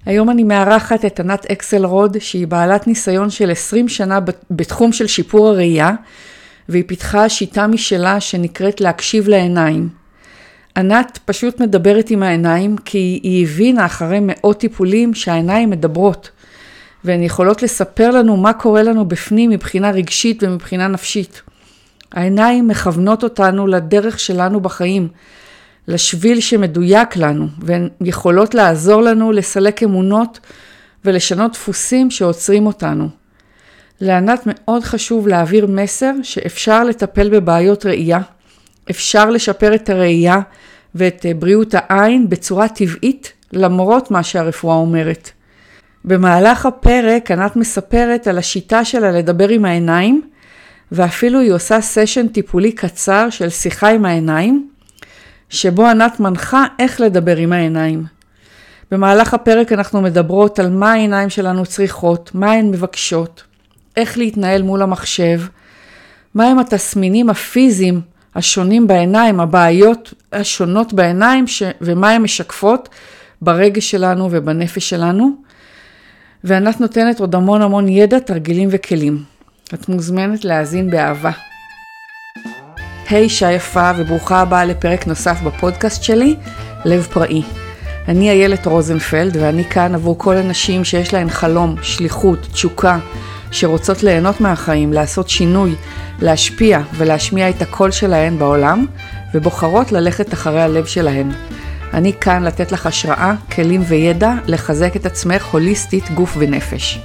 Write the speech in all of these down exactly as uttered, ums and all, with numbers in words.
היום אני מארחת את ענת אקסלרוד, שהיא בעלת ניסיון של עשרים שנה בתחום של שיפור הראייה, והיא פיתחה שיטה משלה שנקראת להקשיב לעיניים. ענת פשוט מדברת עם העיניים כי היא הבינה אחרי מאות טיפולים שהעיניים מדברות, והן יכולות לספר לנו מה קורה לנו בפנים מבחינה רגשית ומבחינה נפשית. העיניים מכוונות אותנו לדרך שלנו בחיים, לשביל שמדויק לנו, והן יכולות לעזור לנו לסלק אמונות ולשנות דפוסים שעוצרים אותנו. לענת מאוד חשוב להעביר מסר שאפשר לטפל בבעיות ראייה, אפשר לשפר את הראייה ואת בריאות העין בצורה טבעית, למרות מה שהרפואה אומרת. במהלך הפרק ענת מספרת על השיטה שלה לדבר עם העיניים, ואפילו היא עושה סשן טיפולי קצר של שיחה עם העיניים, שבו ענת מנחה איך לדבר עם העיניים. במהלך הפרק אנחנו מדברות על מה העיניים שלנו צריכות, מה הן מבקשות, איך להתנהל מול המחשב, מה הם התסמינים הפיזיים השונים בעיניים, הבעיות השונות בעיניים ש... ומה הן משקפות ברגש שלנו ובנפש שלנו. וענת נותנת עוד המון המון ידע, תרגילים וכלים. את מוזמנת להאזין באהבה. היי, שי יפה וברוכה הבאה לפרק נוסף בפודקאסט שלי, לב פראי. אני איילת רוזנפלד ואני כאן עבור כל הנשים שיש להן חלום, שליחות, תשוקה, שרוצות ליהנות מהחיים, לעשות שינוי, להשפיע ולהשמיע את הקול שלהן בעולם, ובוחרות ללכת אחרי הלב שלהן. אני כאן לתת לך השראה, כלים וידע, לחזק את עצמך הוליסטית, גוף ונפש.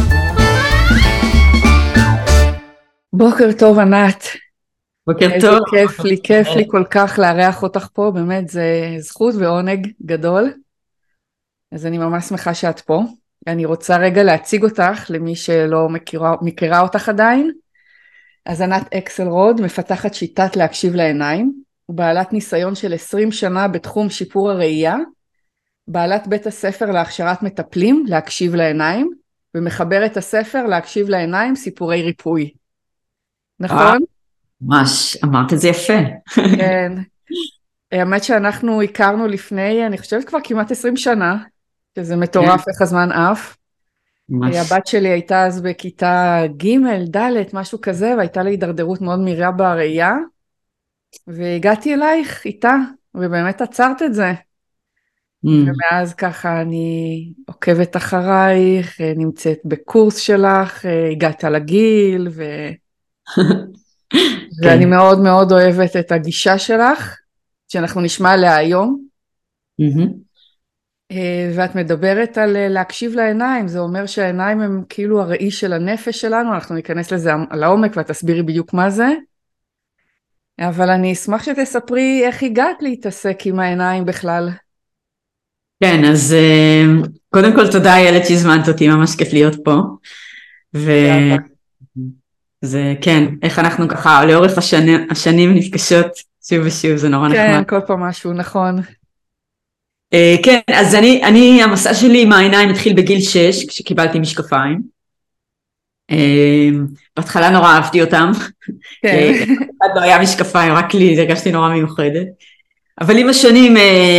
בוקר טוב ענת. בוקר טוב. כיף לי, כיף לי כל כך לארח אותך פה, באמת זה זכות ועונג גדול. אז אני ממש שמחה שאת פה. אני רוצה רגע להציג אותך למי שלא מכירה, מכירה אותך עדיין. אז ענת אקסלרוד מפתחת שיטת להקשיב לעיניים, בעלת ניסיון של עשרים שנה בתחום שיפור הראייה, בעלת בית הספר להכשרת מטפלים להקשיב לעיניים, ומחברת הספר להקשיב לעיניים סיפורי ריפוי. נכון? ממש, אמרת את זה יפה. כן. האמת שאנחנו הכרנו לפני, אני חושבת כבר כמעט עשרים שנה, שזה מטורף איך הזמן אף. הבת שלי הייתה אז בכיתה ג' ד' משהו כזה, והייתה לי הידרדרות מאוד מהירה בראייה, והגעתי אלייך איתה, ובאמת עצרת את זה. ומאז ככה אני עוקבת אחרייך, נמצאת בקורס שלך, הגעת לגיל, ו... ואני מאוד מאוד אוהבת את הגישה שלך, שאנחנו נשמע עליה היום. ואת מדברת על להקשיב לעיניים, זה אומר שהעיניים הם כאילו הראי של הנפש שלנו, אנחנו ניכנס לזה על העומק ואת תסבירי בדיוק מה זה. אבל אני אשמח שתספרי איך הגעת להתעסק עם העיניים בכלל. כן, אז קודם כל תודה איילת שהזמנת אותי, ממש כיף להיות פה. וזה כן, איך אנחנו ככה לאורך השנים, השנים נפגשות שוב ושוב, זה נורא נחמד. כן, כל פעם משהו, נכון. כן, אז אני, אני, המסע שלי עם העיניים התחיל בגיל שש, כשקיבלתי משקפיים. בהתחלה נורא אהבתי אותם. כן. עד לא היה משקפיים, רק לי, הרגשתי נורא מיוחדת. אבל עם השנים,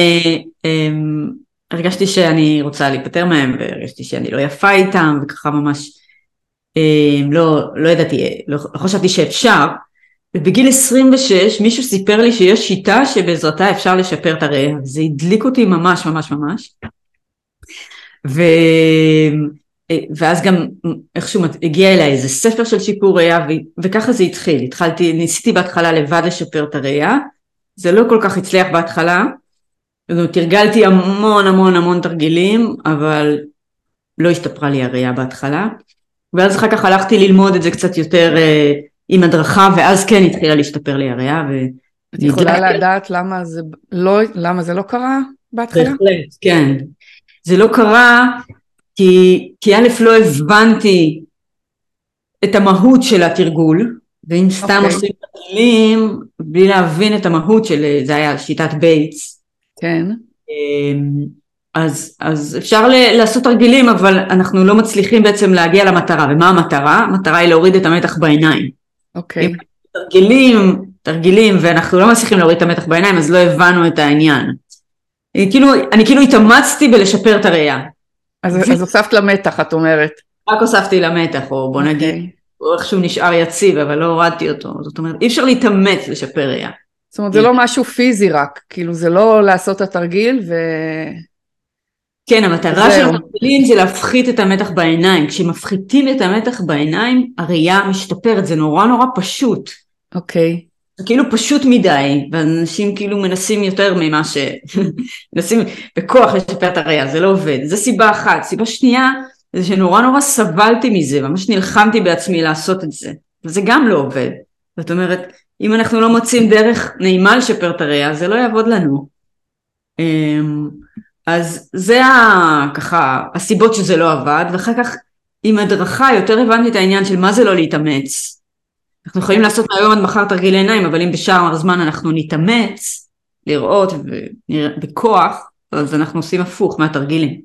הרגשתי שאני רוצה להיפטר מהם, והרגשתי שאני לא יפה איתם, וככה ממש, לא, לא ידעתי, לא חשבתי שאפשר. ובגיל עשרים ושש מישהו סיפר לי שיש שיטה שבעזרתה אפשר לשפר את הראייה, זה הדליק אותי ממש ממש ממש, ו... ואז גם איכשהו הגיע אליי איזה ספר של שיפור ראייה, ו... וככה זה התחיל, התחלתי, ניסיתי בהתחלה לבד לשפר את הראייה, זה לא כל כך הצליח בהתחלה, תרגלתי המון המון המון תרגילים, אבל לא השתפרה לי הראייה בהתחלה, ואז אחר כך הלכתי ללמוד את זה קצת יותר עם הדרכה, ואז כן התחילה להשתפר לי הראייה. את יכולה לדעת למה זה לא, למה זה לא קרה בהתחלה? בהחלט, כן. זה לא קרה, כי, כי א' לא הבנתי את המהות של התרגול, ואם סתם עושים תרגילים, בלי להבין את המהות של, זה היה שיטת בייטס. כן. אז, אז אפשר לעשות תרגילים, אבל אנחנו לא מצליחים בעצם להגיע למטרה. ומה המטרה? המטרה היא להוריד את המתח בעיניים. אוקיי. תרגילים, תרגילים, ואנחנו לא מצליחים להוריד את המתח בעיניים, אז לא הבנו את העניין. אני כאילו, אני כאילו התאמצתי בלשפר את הראייה. אז, אז הוספת למתח, את אומרת. רק הוספתי למתח, או בוא נגיד, Okay. הוא איכשהו נשאר יציב, אבל לא הורדתי אותו. זאת אומרת, אי אפשר להתאמץ לשפר ראייה. זאת אומרת, זה לא משהו פיזי רק, כאילו זה לא לעשות את התרגיל ו... כן, המטרה של התרגילים זה להפחית את המתח בעיניים. כשמפחיתים את המתח בעיניים, הראייה משתפרת, זה נורא נורא פשוט. אוקיי. זה כאילו פשוט מדי, ואנשים כאילו מנסים יותר ממה ש... מנסים בכוח לשפר את הראייה, זה לא עובד. זו סיבה אחת. סיבה שנייה, זה שנורא נורא סבלתי מזה, ממש נלחמתי בעצמי לעשות את זה. וזה גם לא עובד. זאת אומרת, אם אנחנו לא מוצאים דרך נעימה לשפר את הראייה, זה לא יעבוד לנו. אז זה ככה הסיבות שזה לא עבד, ואחר כך עם הדרכה יותר הבנתי את העניין של מה זה לא להתאמץ. אנחנו יכולים לעשות מהיום עד מחר תרגיל עיניים, אבל אם בשאר הזמן אנחנו נתאמץ לראות בכוח, אז אנחנו עושים הפוך מהתרגילים.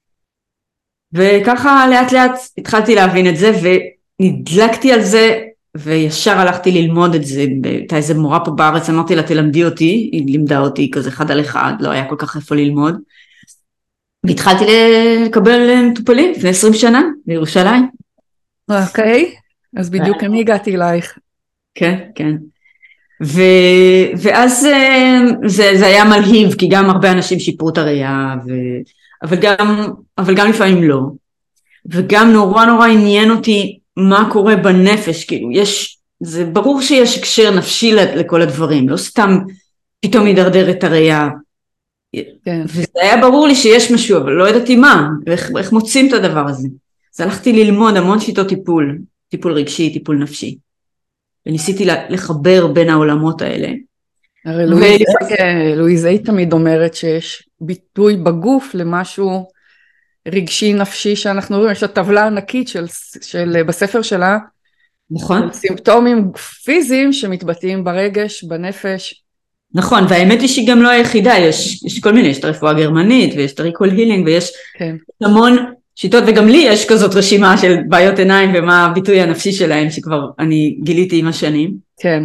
וככה לאט לאט התחלתי להבין את זה, ונדלקתי על זה, וישר הלכתי ללמוד את זה. הייתה איזה מורה פה בארץ, אמרתי לה תלמדי אותי, היא לימדה אותי כזה אחד על אחד, לא היה כל כך איפה ללמוד. והתחלתי לקבל מטופלים לפני עשרים שנה בירושלים. אוקיי, אז בדיוק אני הגעתי אלייך. כן, כן. ו... ואז זה, זה היה מלהיב, כי גם הרבה אנשים שיפרו את הראייה, ו... אבל, גם, אבל גם לפעמים לא. וגם נורא נורא עניין אותי מה קורה בנפש, כאילו יש, זה ברור שיש הקשר נפשי לכל הדברים, לא סתם פתאום ידרדר את הראייה. כן. וזה היה ברור לי שיש משהו, אבל לא ידעתי מה, ואיך, איך מוצאים את הדבר הזה. אז הלכתי ללמוד המון שיטות טיפול, טיפול רגשי, טיפול נפשי. וניסיתי לחבר בין העולמות האלה. הרי לואיז אי תמיד אומרת שיש ביטוי בגוף למשהו רגשי נפשי שאנחנו רואים, יש לה טבלה ענקית של, של, בספר שלה, נכון. סימפטומים פיזיים שמתבטאים ברגש, בנפש. נכון, והאמת היא שהיא גם לא היחידה, יש, יש כל מיני, יש את הרפואה הגרמנית, ויש את הריקול הילינג, ויש כן. המון שיטות, וגם לי יש כזאת רשימה של בעיות עיניים, ומה הביטוי הנפשי שלהם, שכבר אני גיליתי עם השנים. כן.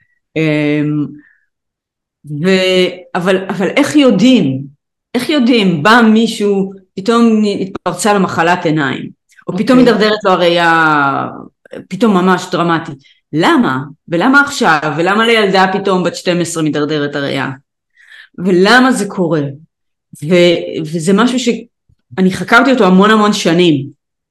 ו... אבל, אבל איך יודעים, איך יודעים, בא מישהו, פתאום התפרצה לו מחלת עיניים, או okay. פתאום מדרדרת לו הראייה, פתאום ממש דרמטית. למה? ולמה עכשיו? ולמה לילדה פתאום בת שתים עשרה מדרדרת הראייה? ולמה זה קורה? ו... וזה משהו שאני חקרתי אותו המון המון שנים.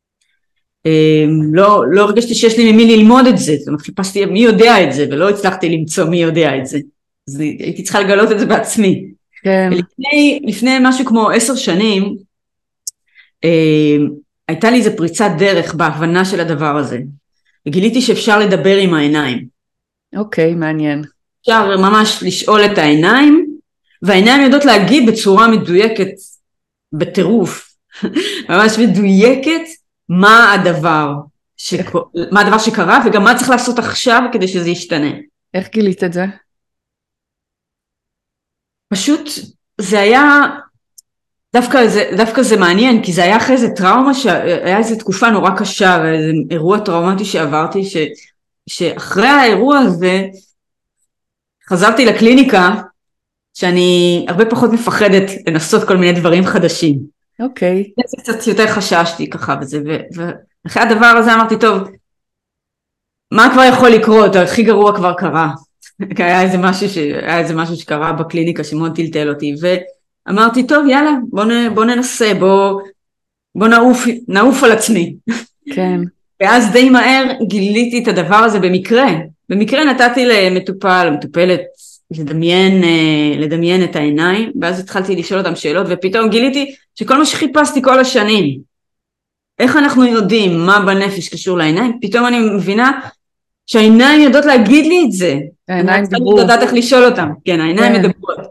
לא, לא הרגשתי שיש לי ממי ללמוד את זה, זאת אומרת, חיפשתי מי יודע את זה, ולא הצלחתי למצוא מי יודע את זה. אז הייתי צריכה לגלות את זה בעצמי. כן. ולפני, לפני משהו כמו עשר שנים, אה, הייתה לי איזה פריצת דרך בהבנה של הדבר הזה. וגיליתי שאפשר לדבר עם העיניים. אוקיי, מעניין. אפשר ממש לשאול את העיניים, והעיניים יודעות להגיד בצורה מדויקת, בטירוף, ממש מדויקת, מה הדבר, שק... מה הדבר שקרה, וגם מה צריך לעשות עכשיו כדי שזה ישתנה. איך גילית את זה? פשוט זה היה, דווקא זה, דווקא זה מעניין, כי זה היה אחרי איזה טראומה, שהיה איזו תקופה נורא קשה, איזה אירוע טראומטי שעברתי, ש, שאחרי האירוע הזה, חזרתי לקליניקה, שאני הרבה פחות מפחדת לנסות כל מיני דברים חדשים. אוקיי. Okay. קצת יותר חששתי ככה וזה, ואחרי הדבר הזה אמרתי, טוב, מה כבר יכול לקרות? הכי גרוע כבר קרה. היה איזה משהו, ש... היה איזה משהו שקרה בקליניקה שמאוד טלטל אותי, ואמרתי, טוב, יאללה, בוא, נ... בוא ננסה, בוא, בוא נעוף, נעוף על עצמי. כן. ואז די מהר גיליתי את הדבר הזה במקרה. במקרה נתתי למטופל, מטופלת, לדמיין, לדמיין את העיניים, ואז התחלתי לשאול אותם שאלות, ופתאום גיליתי שכל מה שחיפשתי כל השנים, איך אנחנו יודעים מה בנפש קשור לעיניים, פתאום אני מבינה שהעיניים יודעות להגיד לי את זה. העיניים דיברו. אני יודעת איך לשאול אותם. כן, העיניים כן. מדברות.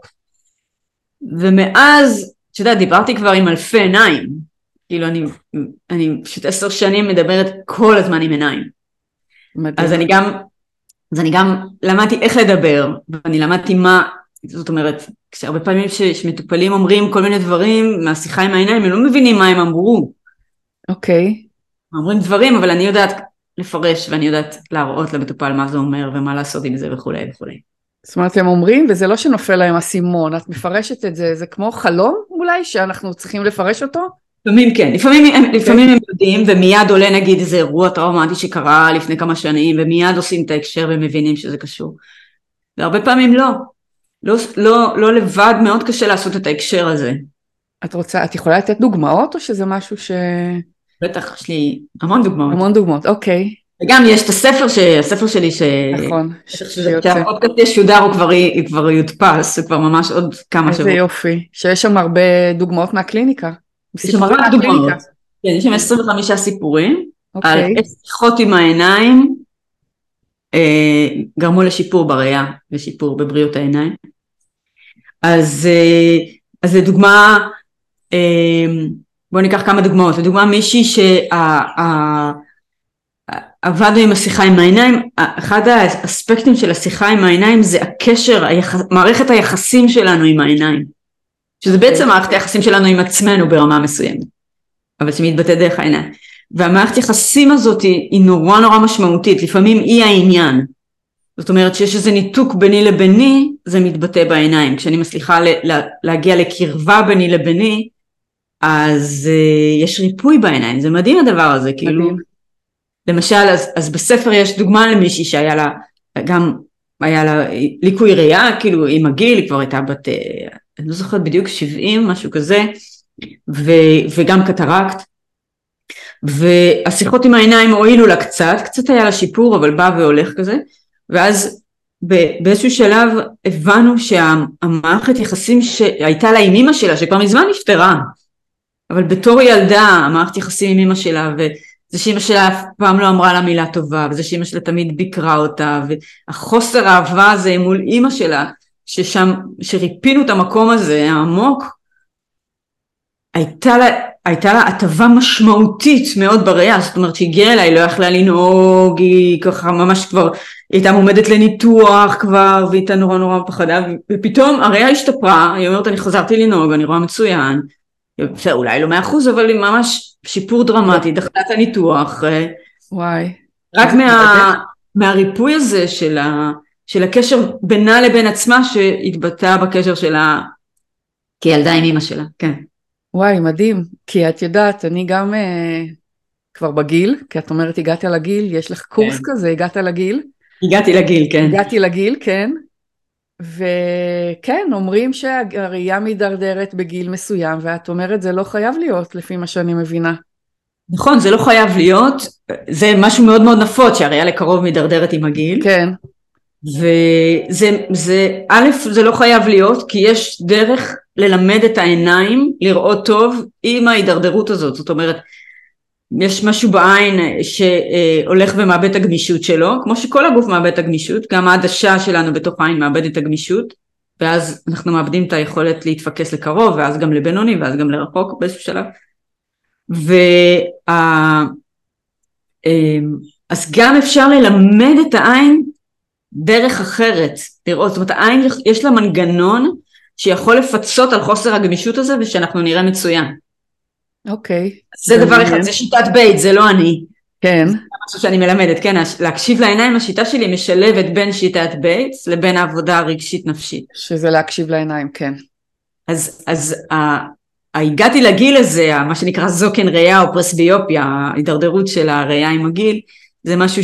ומאז, שדעת, דיברתי כבר עם אלפי עיניים. כאילו, אני, אני פשוט עשר שנים מדברת כל הזמן עם עיניים. מדהים. אז אני גם, אז אני גם למדתי איך לדבר, ואני למדתי מה, זאת אומרת, כשהרבה פעמים שמטופלים אומרים כל מיני דברים מהשיחה עם העיניים, הם לא מבינים מה הם אמרו. אוקיי. אומרים דברים, אבל אני יודעת לפרש, ואני יודעת להראות למטופל מה זה אומר, ומה לעשות עם זה וכו' וכו'. זאת אומרת, הם אומרים, וזה לא שנופל להם הסימון, את מפרשת את זה, זה כמו חלום אולי, שאנחנו צריכים לפרש אותו? לפעמים כן, לפעמים הם, לפעמים הם יודעים ומיד עולה נגיד איזה אירוע טראומטי שקרה לפני כמה שנים ומיד עושים את ההקשר ומבינים שזה קשור. והרבה פעמים לא, לא, לא, לא לבד, מאוד קשה לעשות את ההקשר הזה. את רוצה, את יכולה לתת דוגמאות או שזה משהו ש... בטח, יש לי המון דוגמאות. המון דוגמאות, אוקיי. וגם יש את הספר, ש... הספר שלי ש... נכון, שהפודקאסט ישודר הוא כבר, הוא כבר יודפס, הוא כבר ממש עוד כמה שבועות. איזה יופי, שיש שם הרבה דוגמאות מהקליניקה. יש שם הרבה דוגמאות. כן, יש שם עשרים וחמישה סיפורים, אוקיי. על איך שיחות עם העיניים אה, גרמו לשיפור בראייה ושיפור בבריאות העיניים. אז, אה, אז לדוגמה, אה, בואו ניקח כמה דוגמאות. לדוגמה מישהי שעבדנו עם השיחה עם העיניים, אחד האספקטים של השיחה עם העיניים זה הקשר, היח... מערכת היחסים שלנו עם העיניים, שזה בעצם מערכת היחסים שלנו עם עצמנו ברמה מסוימת, אבל שמתבטא דרך העיניים. והמערכת היחסים הזאת היא נורא נורא משמעותית, לפעמים היא העניין. זאת אומרת שיש איזה ניתוק ביני לביני, זה מתבטא בעיניים. כשאני מצליחה להגיע לקרבה ביני לביני, אז uh, יש ריפוי בעיניים, זה מדהים הדבר הזה, כאילו, למשל, אז, אז בספר יש דוגמה למישהי שהיה לה, גם היה לה ליקוי ראייה, כאילו עם הגיל, היא כבר הייתה בת, אני לא זוכרת בדיוק, שבעים, משהו כזה, ו, וגם קטרקט, והשיחות עם העיניים הועילו לה קצת, קצת היה לה שיפור, אבל בא והולך כזה, ואז באיזשהו שלב הבנו שהמערכת יחסים שהייתה לה עם אמא שלה, שכבר מזמן נפטרה, אבל בתור ילדה, המערכת יחסים עם אמא שלה, וזה שאמא שלה אף פעם לא אמרה לה מילה טובה, וזה שאמא שלה תמיד ביקרה אותה, והחוסר האהבה הזה מול אמא שלה, ששם, שריפינו את המקום הזה העמוק, הייתה לה, הייתה לה הטבה משמעותית מאוד בראייה, זאת אומרת שהגיעה אליי, היא לא יכלה לנהוג, היא ככה ממש כבר, היא הייתה מועמדת לניתוח כבר, והיא הייתה נורא נורא פחדה, ופתאום הראייה השתפרה, היא אומרת אני חזרתי לנהוג, אני רואה מצוין, אולי לא מאה אחוז, אבל היא ממש שיפור דרמטי, דחתה את הניתוח, וואי. רק מה, מהריפוי הזה של, ה, של הקשר בינה לבין עצמה, שהתבטא בקשר שלה כילדה עם אמא שלה, כן. וואי, מדהים, כי את יודעת, אני גם uh, כבר בגיל, כי את אומרת הגעת לגיל, יש לך קורס כן. כזה, הגעת לגיל. הגעתי לגיל, כן. הגעתי לגיל, כן. וכן, אומרים שהראייה מדרדרת בגיל מסוים, ואת אומרת זה לא חייב להיות, לפי מה שאני מבינה. נכון, זה לא חייב להיות, זה משהו מאוד מאוד נפוץ, שהראייה לקרוב מדרדרת עם הגיל. כן. וזה, זה, א', זה לא חייב להיות, כי יש דרך ללמד את העיניים, לראות טוב עם ההידרדרות הזאת, זאת אומרת, יש משהו בעין שהולך ומאבד את הגמישות שלו, כמו שכל הגוף מאבד את הגמישות, גם העדשה שלנו בתוך העין מאבד את הגמישות, ואז אנחנו מאבדים את היכולת להתפקס לקרוב, ואז גם לבינוני, ואז גם לרחוק באיזשהו שלב. וה... אז גם אפשר ללמד את העין דרך אחרת, לראות, זאת אומרת, העין יש לה מנגנון שיכול לפצות על חוסר הגמישות הזה, ושאנחנו נראה מצוין. אוקיי. זה דבר אחד, זה שיטת בית, זה לא אני. כן. זה משהו שאני מלמדת, כן, להקשיב לעיניים, השיטה שלי משלבת בין שיטת בית לבין העבודה הרגשית נפשית. שזה להקשיב לעיניים, כן. אז, אז הגעתי לגיל הזה, מה שנקרא זוקן ראייה או פרסביופיה, ההידרדרות של הראייה עם הגיל, זה משהו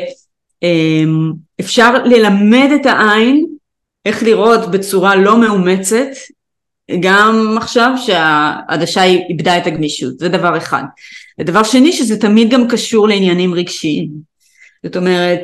שאפשר ללמד את העין, איך לראות בצורה לא מאומצת, גם עכשיו שהעדשה איבדה את הגמישות, זה דבר אחד. ודבר שני, שזה תמיד גם קשור לעניינים רגשיים. זאת אומרת,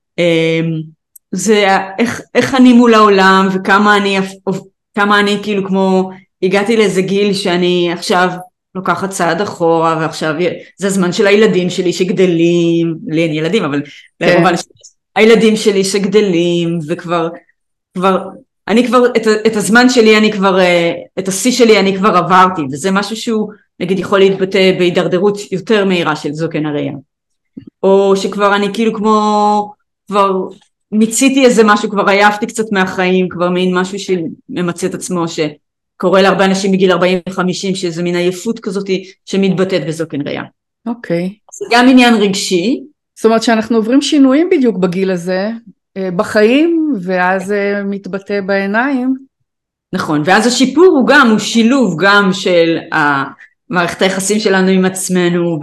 זה איך, איך אני מול העולם, וכמה אני, כמה אני כאילו כמו, הגעתי לאיזה גיל שאני עכשיו לוקחת צעד אחורה, ועכשיו זה הזמן של הילדים שלי שגדלים, לי אין ילדים, אבל כן. לרוב הילדים שלי שגדלים, וכבר, כבר, אני כבר, את, את הזמן שלי אני כבר, את השיא שלי אני כבר עברתי, וזה משהו שהוא, נגיד, יכול להתבטא בהידרדרות יותר מהירה של זוקן הראייה. או שכבר אני כאילו כמו, כבר מיציתי איזה משהו, כבר עייפתי קצת מהחיים, כבר מין משהו שממצא את עצמו, שקורה להרבה אנשים בגיל ארבעים וחמישים, שזה מין עייפות כזאת שמתבטאת בזוקן ראייה. אוקיי. זה גם עניין רגשי. זאת אומרת שאנחנו עוברים שינויים בדיוק בגיל הזה, בחיים, ואז מתבטא בעיניים. נכון, ואז השיפור הוא גם, הוא שילוב גם של מערכת היחסים שלנו עם עצמנו,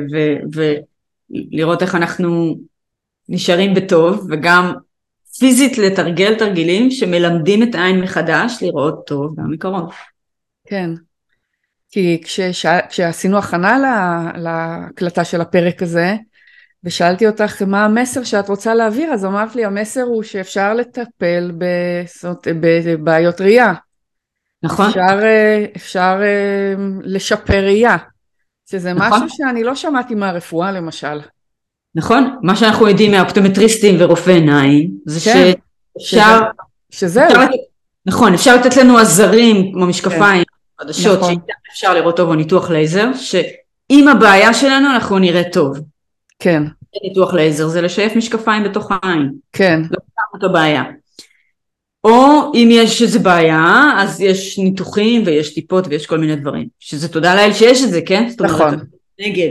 ולראות איך אנחנו נשארים בטוב, וגם פיזית לתרגל תרגילים שמלמדים את העין מחדש, לראות טוב גם מקרוב. כן, כי כשש... כשעשינו הכנה להקלטה של הפרק הזה, ושאלתי אותך מה המסר שאת רוצה להעביר, אז אמרת לי, המסר הוא שאפשר לטפל בבעיות ראייה. נכון. אפשר, אפשר לשפר ראייה, שזה נכון. משהו שאני לא שמעתי מהרפואה למשל. נכון, מה שאנחנו יודעים מהאופטומטריסטים ורופאי עיניים, זה כן, שאפשר, שזה, שזהו. אפשר לתת, נכון, אפשר לתת לנו עזרים, כמו משקפיים, כן. חדשות, נכון. שאיתם אפשר לראות טוב או ניתוח לייזר, שאם הבעיה שלנו אנחנו נראה טוב. כן. ניתוח לייזר זה לשייף משקפיים בתוך העין. כן. לא פעם אותה בעיה. או אם יש איזו בעיה, אז יש ניתוחים ויש טיפות ויש כל מיני דברים. שזה תודה לאל שיש את זה, כן? נכון. נגד.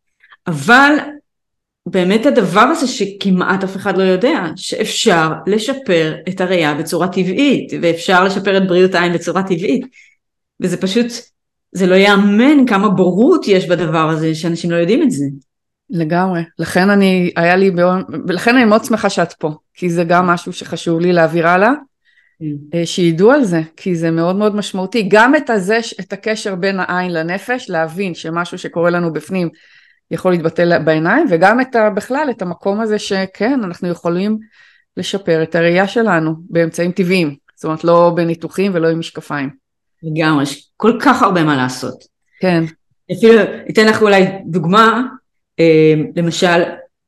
אבל באמת הדבר הזה שכמעט אף אחד לא יודע, שאפשר לשפר את הראייה בצורה טבעית, ואפשר לשפר את בריאות העין בצורה טבעית. וזה פשוט, זה לא יאמן כמה בורות יש בדבר הזה, שאנשים לא יודעים את זה. לגמרי. לכן אני, היה לי, ולכן אני מאוד שמחה שאת פה, כי זה גם משהו שחשוב לי להעביר הלאה, שידעו על זה, כי זה מאוד מאוד משמעותי. גם את הזה, את הקשר בין העין לנפש, להבין שמשהו שקורה לנו בפנים, יכול להתבטא בעיניים, וגם את ה, בכלל, את המקום הזה שכן, אנחנו יכולים לשפר את הראייה שלנו, באמצעים טבעיים, זאת אומרת, לא בניתוחים ולא עם משקפיים. לגמרי, יש כל כך הרבה מה לעשות. כן. אפילו, אתן לך אולי דוגמה, למשל,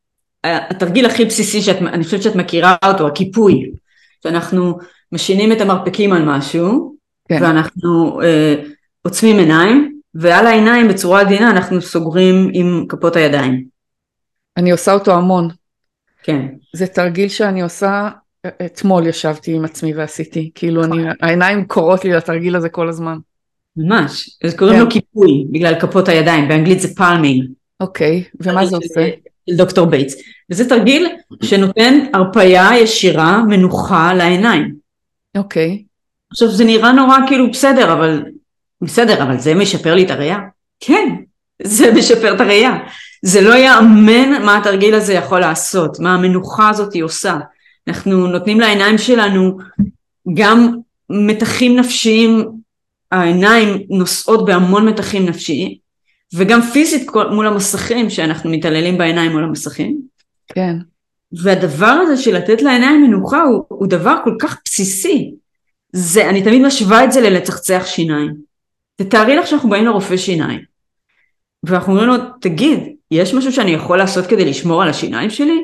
התרגיל הכי בסיסי, שאני חושבת שאת מכירה אותו, הכיפוי, שאנחנו משינים את המרפקים על משהו, כן. ואנחנו אה, עוצמים עיניים, ועל העיניים בצורה עדינה אנחנו סוגרים עם כפות הידיים. אני עושה אותו המון. כן. זה תרגיל שאני עושה, אתמול ישבתי עם עצמי ועשיתי, כאילו אני, העיניים קורות לי לתרגיל הזה כל הזמן. ממש, אז קוראים כן. לו כיפוי, בגלל כפות הידיים, באנגלית זה פלמינג. אוקיי, ומה זה עושה? של דוקטור בייטס. וזה תרגיל שנותן הרפאיה ישירה, מנוחה לעיניים. אוקיי. עכשיו זה נראה נורא כאילו בסדר, אבל בסדר, אבל זה משפר לי את הראייה? כן, זה משפר את הראייה. זה לא יאמן מה התרגיל הזה יכול לעשות, מה המנוחה הזאת היא עושה. אנחנו נותנים לעיניים שלנו גם מתחים נפשיים, העיניים נושאות בהמון מתחים נפשיים, וגם פיזית מול המסכים, שאנחנו מתעללים בעיניים מול המסכים. כן. והדבר הזה של לתת לעיניים מנוחה הוא, הוא דבר כל כך בסיסי. זה, אני תמיד משווה את זה ללצחצח שיניים. תתארי לך שאנחנו באים לרופא שיניים, ואנחנו אומרים לו, תגיד, יש משהו שאני יכול לעשות כדי לשמור על השיניים שלי?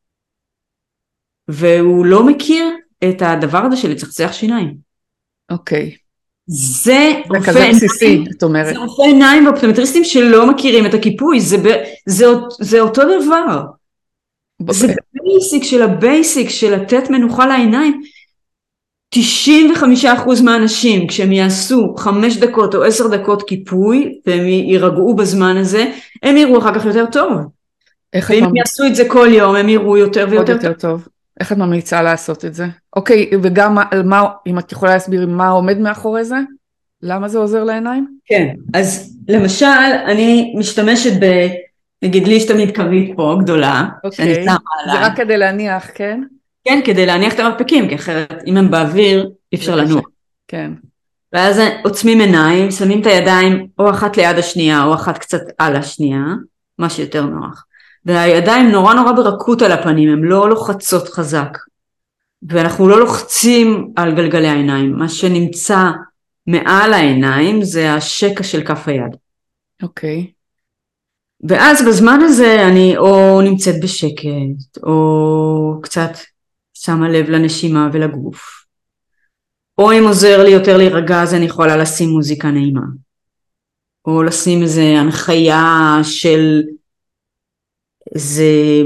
והוא לא מכיר את הדבר הזה של לצחצח שיניים. אוקיי. זה רופא עיניים, בסיסי, את אומרת. זה רופא עיניים ואופטומטריסטים שלא מכירים את הכיפוי, זה, זה, זה אותו דבר. זה בייסיק של הבייסיק של לתת מנוחה לעיניים. תשעים וחמישה אחוז מהאנשים כשהם יעשו חמש דקות או עשר דקות כיפוי והם יירגעו בזמן הזה, הם יראו אחר כך יותר טוב. ואם הם יעשו את זה כל יום הם יראו יותר ויותר יותר טוב. איך את ממליצה לעשות את זה? אוקיי, וגם מה, אם את יכולה להסביר מה עומד מאחורי זה? למה זה עוזר לעיניים? כן, אז למשל אני משתמשת ב... נגיד לי יש תמיד כרית פה גדולה, שאני שמה עליי. זה רק כדי להניח, כן? כן, כדי להניח את המרפקים, כי אחרת אם הם באוויר אי אפשר לנוח. כן. ואז עוצמים עיניים, שמים את הידיים או אחת ליד השנייה או אחת קצת על השנייה, מה שיותר נוח. והידיים נורא נורא ברכות על הפנים, הן לא לוחצות חזק. ואנחנו לא לוחצים על גלגלי העיניים, מה שנמצא מעל העיניים זה השקע של כף היד. אוקיי. ואז בזמן הזה אני או נמצאת בשקט, או קצת שמה לב לנשימה ולגוף. או אם עוזר לי יותר להירגע, אז אני יכולה לשים מוזיקה נעימה. או לשים איזו הנחיה של איזו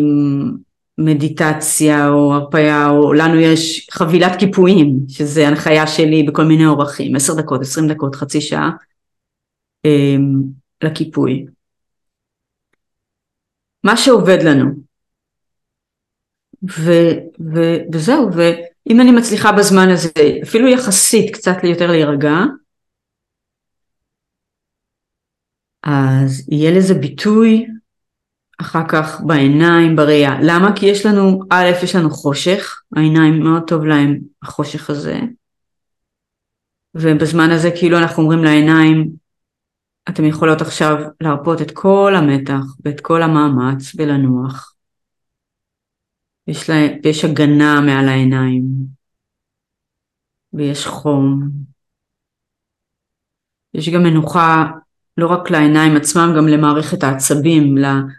מדיטציה או הרפאיה, או לנו יש חבילת כיפויים, שזה הנחיה שלי בכל מיני אורחים, עשר דקות, עשרים דקות, חצי שעה, לכיפוי. מה שעובד לנו. ו, ו, וזהו, ואם אני מצליחה בזמן הזה, אפילו יחסית קצת יותר להירגע, אז יהיה לזה ביטוי אחר כך בעיניים, בראייה. למה? כי יש לנו, א', יש לנו חושך, העיניים מאוד טוב להם החושך הזה, ובזמן הזה כאילו אנחנו אומרים לעיניים, אתם יכולות עכשיו להרפות את כל המתח ואת כל המאמץ ולנוח. יש, לה, יש הגנה מעל העיניים, ויש חום. יש גם מנוחה לא רק לעיניים עצמם, גם למערכת העצבים,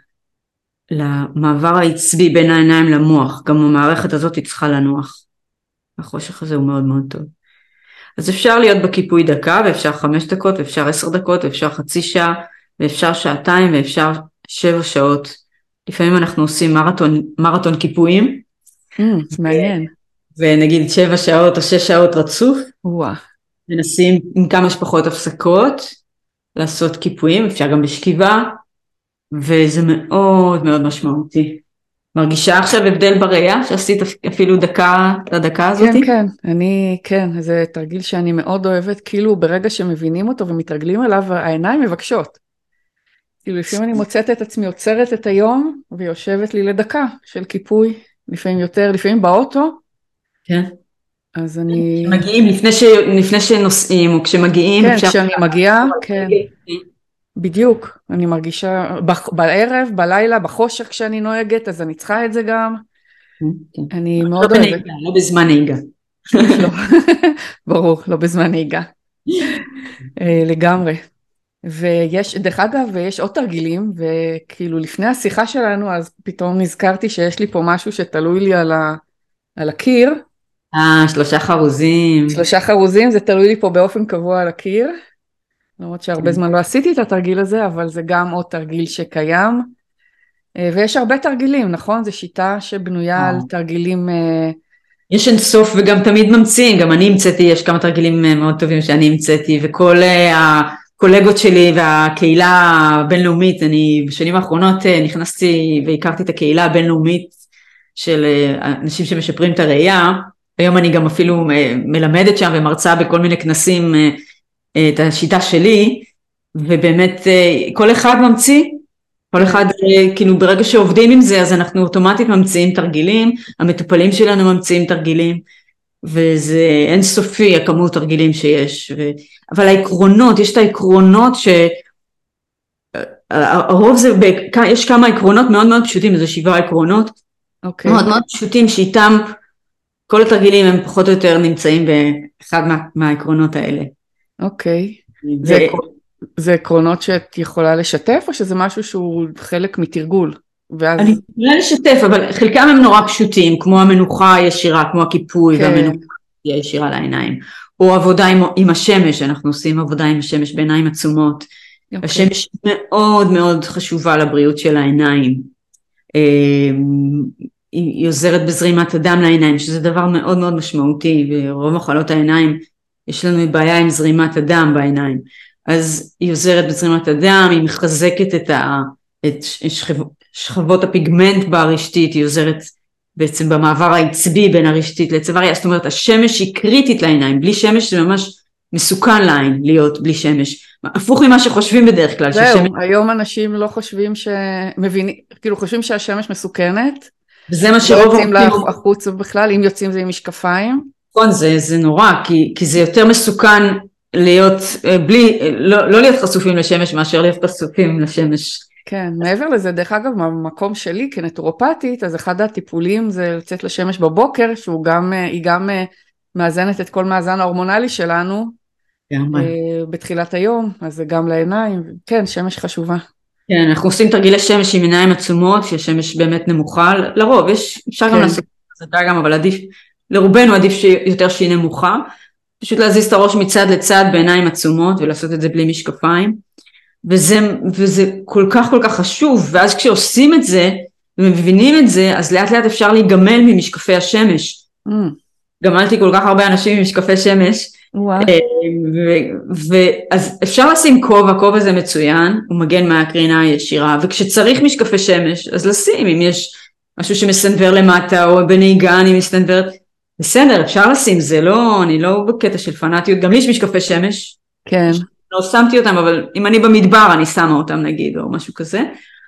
למעבר העצבי בין העיניים למוח. גם המערכת הזאת צריכה לנוח. החושך הזה הוא מאוד מאוד טוב. אז אפשר להיות בכיפוי דקה, ואפשר חמש דקות, ואפשר עשר דקות, ואפשר חצי שעה, ואפשר שעתיים, ואפשר שבע שעות. לפעמים אנחנו עושים מרתון, מרתון כיפויים. זה מעניין. ונגיד שבע שעות או שש שעות רצוף. וואו. מנסים עם כמה שפחות הפסקות, לעשות כיפויים, אפשר גם בשכיבה, וזה מאוד מאוד משמעותי. מרגישה עכשיו הבדל בראייה, שעשית אפילו דקה, לדקה הזאת? כן, כן, אני, כן, זה תרגיל שאני מאוד אוהבת, כאילו ברגע שמבינים אותו ומתרגלים עליו, העיניים מבקשות. כאילו לפעמים אני מוצאת את עצמי, עוצרת את היום, ויושבת לי לדקה של כיפוי, לפעמים יותר, לפעמים באוטו. כן. אז אני... כשמגיעים, לפני, ש... לפני שנוסעים, או כשמגיעים... כן, אפשר... כשאני מגיעה, כן. בדיוק, אני מרגישה, בערב, בלילה, בחושך כשאני נוהגת, אז אני צריכה את זה גם. אני מאוד אוהבת. לא בזמן נהיגה. לא, ברור, לא בזמן נהיגה. לגמרי. ויש, דרך אגב, ויש עוד תרגילים, וכאילו לפני השיחה שלנו, אז פתאום נזכרתי שיש לי פה משהו שתלוי לי על, ה, על הקיר. אה, שלושה חרוזים. שלושה חרוזים, זה תלוי לי פה באופן קבוע על הקיר. למרות שהרבה זמן לא עשיתי את התרגיל הזה, אבל זה גם עוד תרגיל שקיים. ויש הרבה תרגילים, נכון? זו שיטה שבנויה על תרגילים... יש אין סוף וגם תמיד ממציאים, גם אני המצאתי, יש כמה תרגילים מאוד טובים שאני המצאתי, וכל הקולגות שלי והקהילה הבינלאומית, אני בשנים האחרונות נכנסתי והכרתי את הקהילה הבינלאומית של אנשים שמשפרים את הראייה, היום אני גם אפילו מלמדת שם ומרצה בכל מיני כנסים את השיטה שלי, ובאמת כל אחד ממציא, כל אחד, כאילו ברגע שעובדים עם זה, אז אנחנו אוטומטית ממציאים תרגילים, המטופלים שלנו ממציאים תרגילים, וזה אין סופי הכמות תרגילים שיש, ו... אבל העקרונות, יש את העקרונות ש... הרוב זה, יש כמה עקרונות מאוד מאוד פשוטים, זה שבעה עקרונות, okay. מאוד מאוד פשוטים, שאיתם כל התרגילים הם פחות או יותר נמצאים באחד מה, מהעקרונות האלה. אוקיי. Okay. ו... זה... זה עקרונות שאת יכולה לשתף, או שזה משהו שהוא חלק מתרגול? ואז... אני יכולה לשתף, אבל חלקם הם נורא פשוטים, כמו המנוחה הישירה, כמו הכיפוי, כן. והמנוחה הישירה לעיניים. או עבודה עם, עם השמש, אנחנו עושים עבודה עם השמש בעיניים עצומות. Okay. השמש מאוד מאוד חשובה לבריאות של העיניים. היא עוזרת בזרימת הדם לעיניים, שזה דבר מאוד מאוד משמעותי, ורוב מחלות העיניים, יש לנו בעיה עם זרימת הדם בעיניים. אז היא עוזרת בזרימת הדם, היא מחזקת את, ה, את שכב, שכבות הפיגמנט ברשתית, היא עוזרת בעצם במעבר העצבי בין הרשתית לעצב הראייה, זאת אומרת השמש היא קריטית לעיניים, בלי שמש זה ממש מסוכן לעין להיות בלי שמש, הפוך ממה שחושבים בדרך כלל. זהו, ששמש... היום אנשים לא חושבים שמבינים, כאילו חושבים שהשמש מסוכנת, וזה מה שרוב... יוצאים לחוץ בכלל, אם יוצאים זה עם משקפיים. נכון, זה, זה נורא, כי, כי זה יותר מסוכן להיות, בלי, לא, לא להיות חשופים לשמש, מאשר להיות חשופים לשמש. כן, מעבר לזה, דרך אגב, במקום שלי כנטורופטית, אז אחד הטיפולים זה לצאת לשמש בבוקר, שהוא גם, היא גם מאזנת את כל מאזן ההורמונלי שלנו, בתחילת היום, אז זה גם לעיניים, כן, שמש חשובה. כן, אנחנו עושים תרגילי שמש עם עיניים עצומות, שהשמש באמת נמוכה, לרוב, יש, אפשר גם לעשות את זה גם, אבל עדיף, לרובנו עדיף יותר שהיא נמוכה, פשוט להזיז את הראש מצד לצד בעיניים עצומות, ולעשות את זה בלי משקפיים, וזה, וזה כל כך כל כך חשוב, ואז כשעושים את זה, ומבינים את זה, אז לאט לאט אפשר להיגמל ממשקפי השמש. Mm. גמלתי כל כך הרבה אנשים ממשקפי שמש, ואז אפשר לשים כובע, כובע זה מצוין, הוא מגן מהקרינה הישירה, וכשצריך משקפי שמש, אז לשים, אם יש משהו שמסנבר למטה, או בנהיגה אני מסתנברת, בסדר, אפשר לשים, זה לא, אני לא בקטע של פנאטיות, גם לי יש משקפי שמש, כן. לא שמתי אותם, אבל אם אני במדבר אני שמה אותם נגיד, או משהו כזה.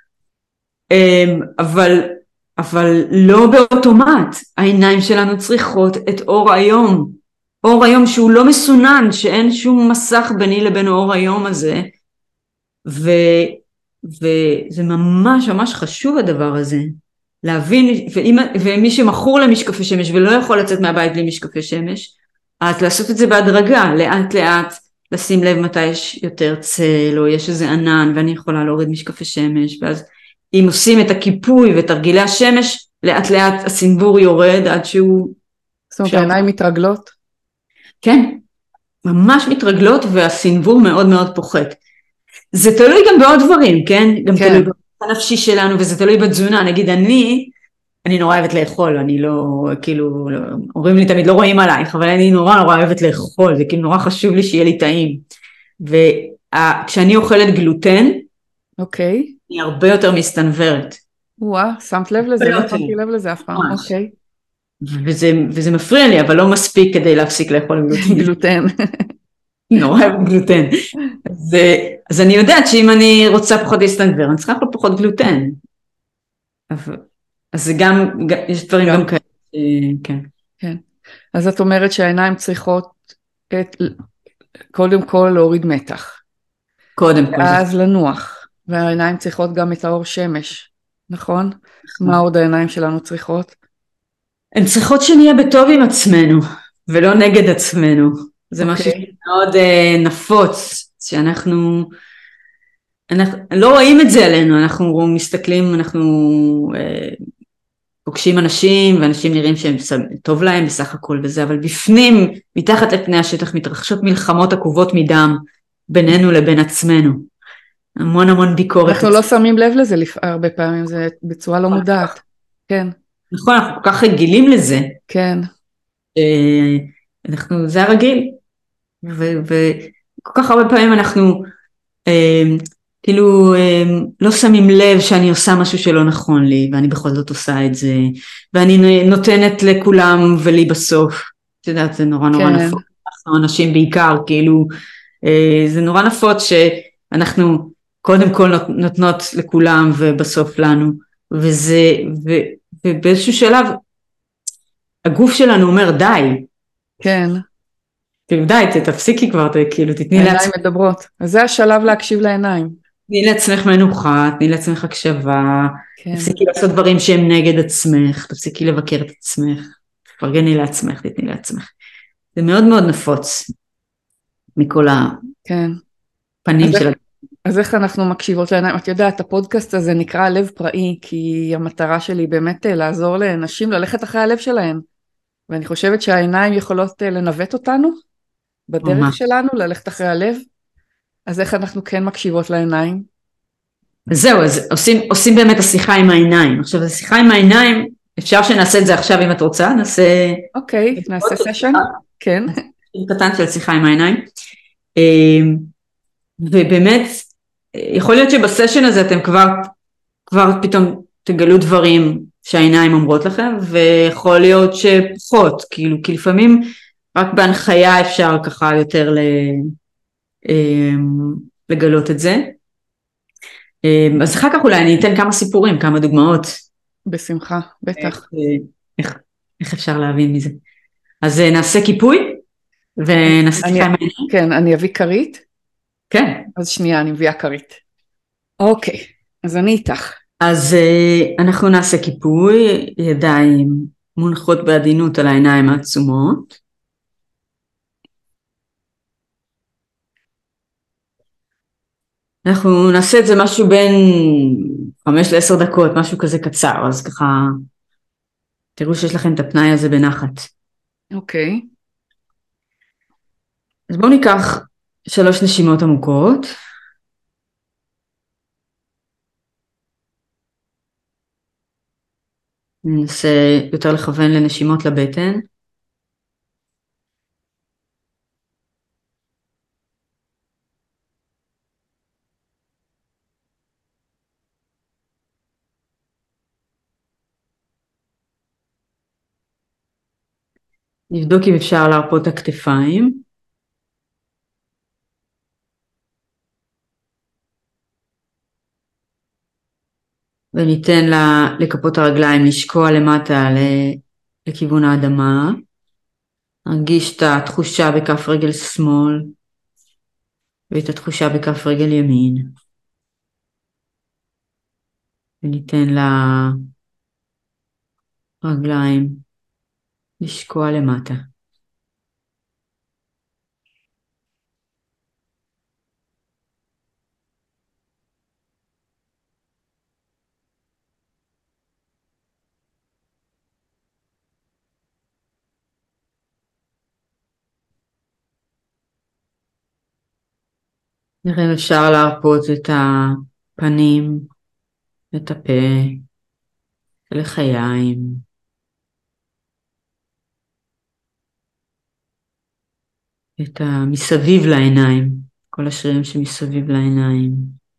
אבל, אבל לא באוטומט, העיניים שלנו צריכות את אור היום, אור היום שהוא לא מסונן, שאין שום מסך ביני לבין אור היום הזה, ו, וזה ממש ממש חשוב הדבר הזה, להבין, ואם, ומי שמכור למשקפי שמש ולא יכול לצאת מהבית בלי משקפי שמש, אז לעשות את זה בהדרגה, לאט לאט, לשים לב מתי יש יותר צל, או יש איזה ענן, ואני יכולה להוריד משקפי שמש, ואז אם עושים את הכיפוי ותרגילי השמש, לאט לאט הסנבור יורד עד שהוא... זאת אומרת, העיניים מתרגלות? כן, ממש מתרגלות, והסנבור מאוד מאוד פוחת. זה תלוי גם בעוד דברים, כן? גם כן. תלוי בנפשי שלנו, וזה תלוי בתזונה. נגיד אני, אני נורא אוהבת לאכול, אני לא, כאילו, לא, אומרים לי תמיד, לא רואים עלייך, אבל אני נורא נורא אוהבת לאכול, זה כאילו נורא חשוב לי שיהיה לי טעים. וכשאני אוכלת גלוטן, אוקיי. היא הרבה יותר מסתנוורת. וואה, שמת לב לזה, לא שמתי לב לזה אף פעם, אוקיי. וזה, וזה מפריע לי, אבל לא מספיק כדי להפסיק לאכול גלוטן. גלוטן. נורא אוהבת גלוטן. אז, אז אני יודעת שאם אני רוצה פחות להסתנוור, אני צריכה פה פחות גלוטן. אז זה גם, יש דברים גם, גם כאלה, כן. כן. אז את אומרת שהעיניים צריכות את, קודם כל להוריד מתח. קודם כל. אז לנוח. והעיניים צריכות גם את האור שמש, נכון? מה עוד העיניים שלנו צריכות? הן צריכות שנהיה בטוב עם עצמנו, ולא נגד עצמנו. זה okay. משהו מאוד uh, נפוץ, שאנחנו אנחנו, לא רואים את זה עלינו, אנחנו מסתכלים, אנחנו uh, פוגשים אנשים, ואנשים נראים שהם טוב להם בסך הכל וזה, אבל בפנים, מתחת לפני השטח, מתרחשות מלחמות עקובות מדם, בינינו לבין עצמנו. המון המון ביקורת. אנחנו לא שמים לב לזה הרבה פעמים, זה בצורה לא מודעת. כן. נכון, אנחנו כל כך רגילים לזה. כן. אנחנו, זה הרגיל. וכל כך הרבה פעמים אנחנו, כאילו, לא שמים לב שאני עושה משהו שלא נכון לי, ואני בכל זאת עושה את זה, ואני נותנת לכולם ולי בסוף. את יודעת, זה נורא נורא נפוץ. אנחנו אנשים בעיקר, כאילו, זה נורא נפוץ שאנחנו קודם כל נותנות לכולם ובסוף לנו, וזה, ו, ובאיזשהו שלב, הגוף שלנו אומר די. כן. כאילו די, תפסיקי כבר, כאילו תתני לעצמך. העיניים מדברות, אז זה השלב להקשיב לעיניים. תני לעצמך מנוחה, תני לעצמך הקשבה, כן. תפסיקי לעשות דברים שהם נגד עצמך, תפסיקי לבקר את עצמך, תפרגני לעצמך, תתני לעצמך. זה מאוד מאוד נפוץ, מכל כן. הפנים של... אז איך אנחנו מקשיבות לעיניים? את יודעת, הפודקאסט הזה נקרא לב פראי, כי המטרה שלי באמת לעזור לנשים ללכת אחרי הלב שלהן. ואני חושבת שהעיניים יכולות לנווט אותנו, בדרך ממש. שלנו, ללכת אחרי הלב. אז איך אנחנו כן מקשיבות לעיניים? זהו, אז עושים, עושים באמת השיחה עם העיניים. עכשיו, השיחה עם העיניים, אפשר שנעשה את זה עכשיו אם את רוצה, נעשה... אוקיי, נעשה סשן, כן. קטן של שיחה עם העיניים. ובאמת, יכול להיות שבסשן הזה אתם כבר, כבר פתאום תגלו דברים שהעיניים אומרות לכם, ויכול להיות שפחות, כאילו, כי לפעמים רק בהנחיה אפשר ככה יותר לגלות את זה. אז אחר כך אולי אני אתן כמה סיפורים, כמה דוגמאות. בשמחה, בטח. איך, איך אפשר להבין מזה? אז נעשה כיפוי, ונעשה שיחה עם העיניים. כן, אני אביא כרית. כן. אז שנייה, אני מביאה כרית. אוקיי, אז אני איתך. אז אנחנו נעשה כיפוי, ידיים מונחות בעדינות על העיניים העצומות. אנחנו נעשה את זה משהו בין חמש לעשר דקות, משהו כזה קצר, אז ככה תראו שיש לכם את הפנאי הזה בנחת. אוקיי. אז בואו ניקח שלוש נשימות עמוקות. ננסה יותר לכוון לנשימות לבטן. נבדוק אם אפשר להרפות את הכתפיים. וניתן לה, לכפות הרגליים לשקוע למטה לכיוון האדמה. נרגיש את התחושה בכף רגל שמאל ואת התחושה בכף רגל ימין. וניתן לרגליים לשקוע למטה. נראה אם אפשר להרפות את הפנים, את הפה, לחיים. את המסביב לעיניים, כל השרירים שמסביב לעיניים.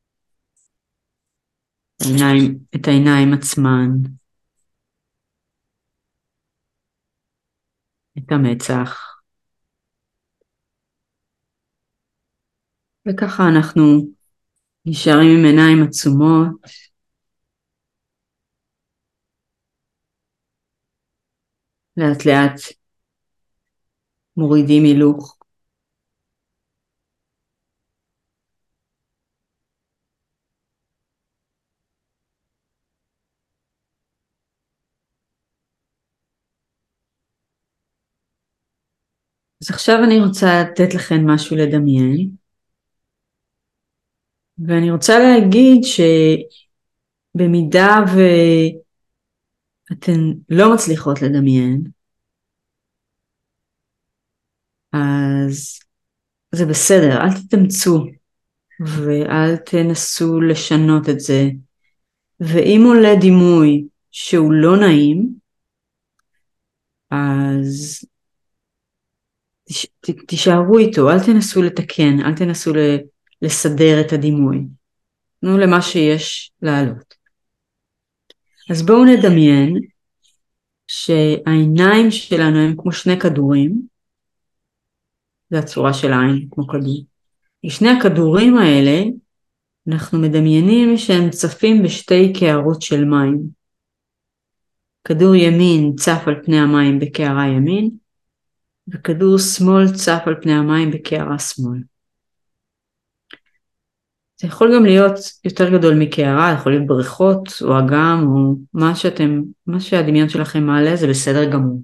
העיניים, את העיניים עצמן. את המצח. וככה אנחנו נשארים עם עיניים עצומות. לאט לאט מורידים הילוך. אז עכשיו אני רוצה לתת לכם משהו לדמיין. ואני רוצה להגיד שבמידה ואתן לא מצליחות לדמיין, אז זה בסדר, אל תתאמצו ואל תנסו לשנות את זה. ואם עולה דימוי שהוא לא נעים, אז תש, ת, תישארו איתו, אל תנסו לתקן, אל תנסו לסדר את הדימוי. תנו למה שיש לעלות. אז בואו נדמיין שהעיניים שלנו הם כמו שני כדורים, זה הצורה של העין, כמו כדור. ושני הכדורים האלה, אנחנו מדמיינים שהם צפים בשתי קערות של מים. כדור ימין צף על פני המים בקערה ימין, וכדור שמאל צף על פני המים בקערה שמאל. זה יכול גם להיות יותר גדול מקערה, יכול להיות בריכות או אגם, או מה שאתם, מה שהדמיון שלכם מעלה, זה בסדר גמור.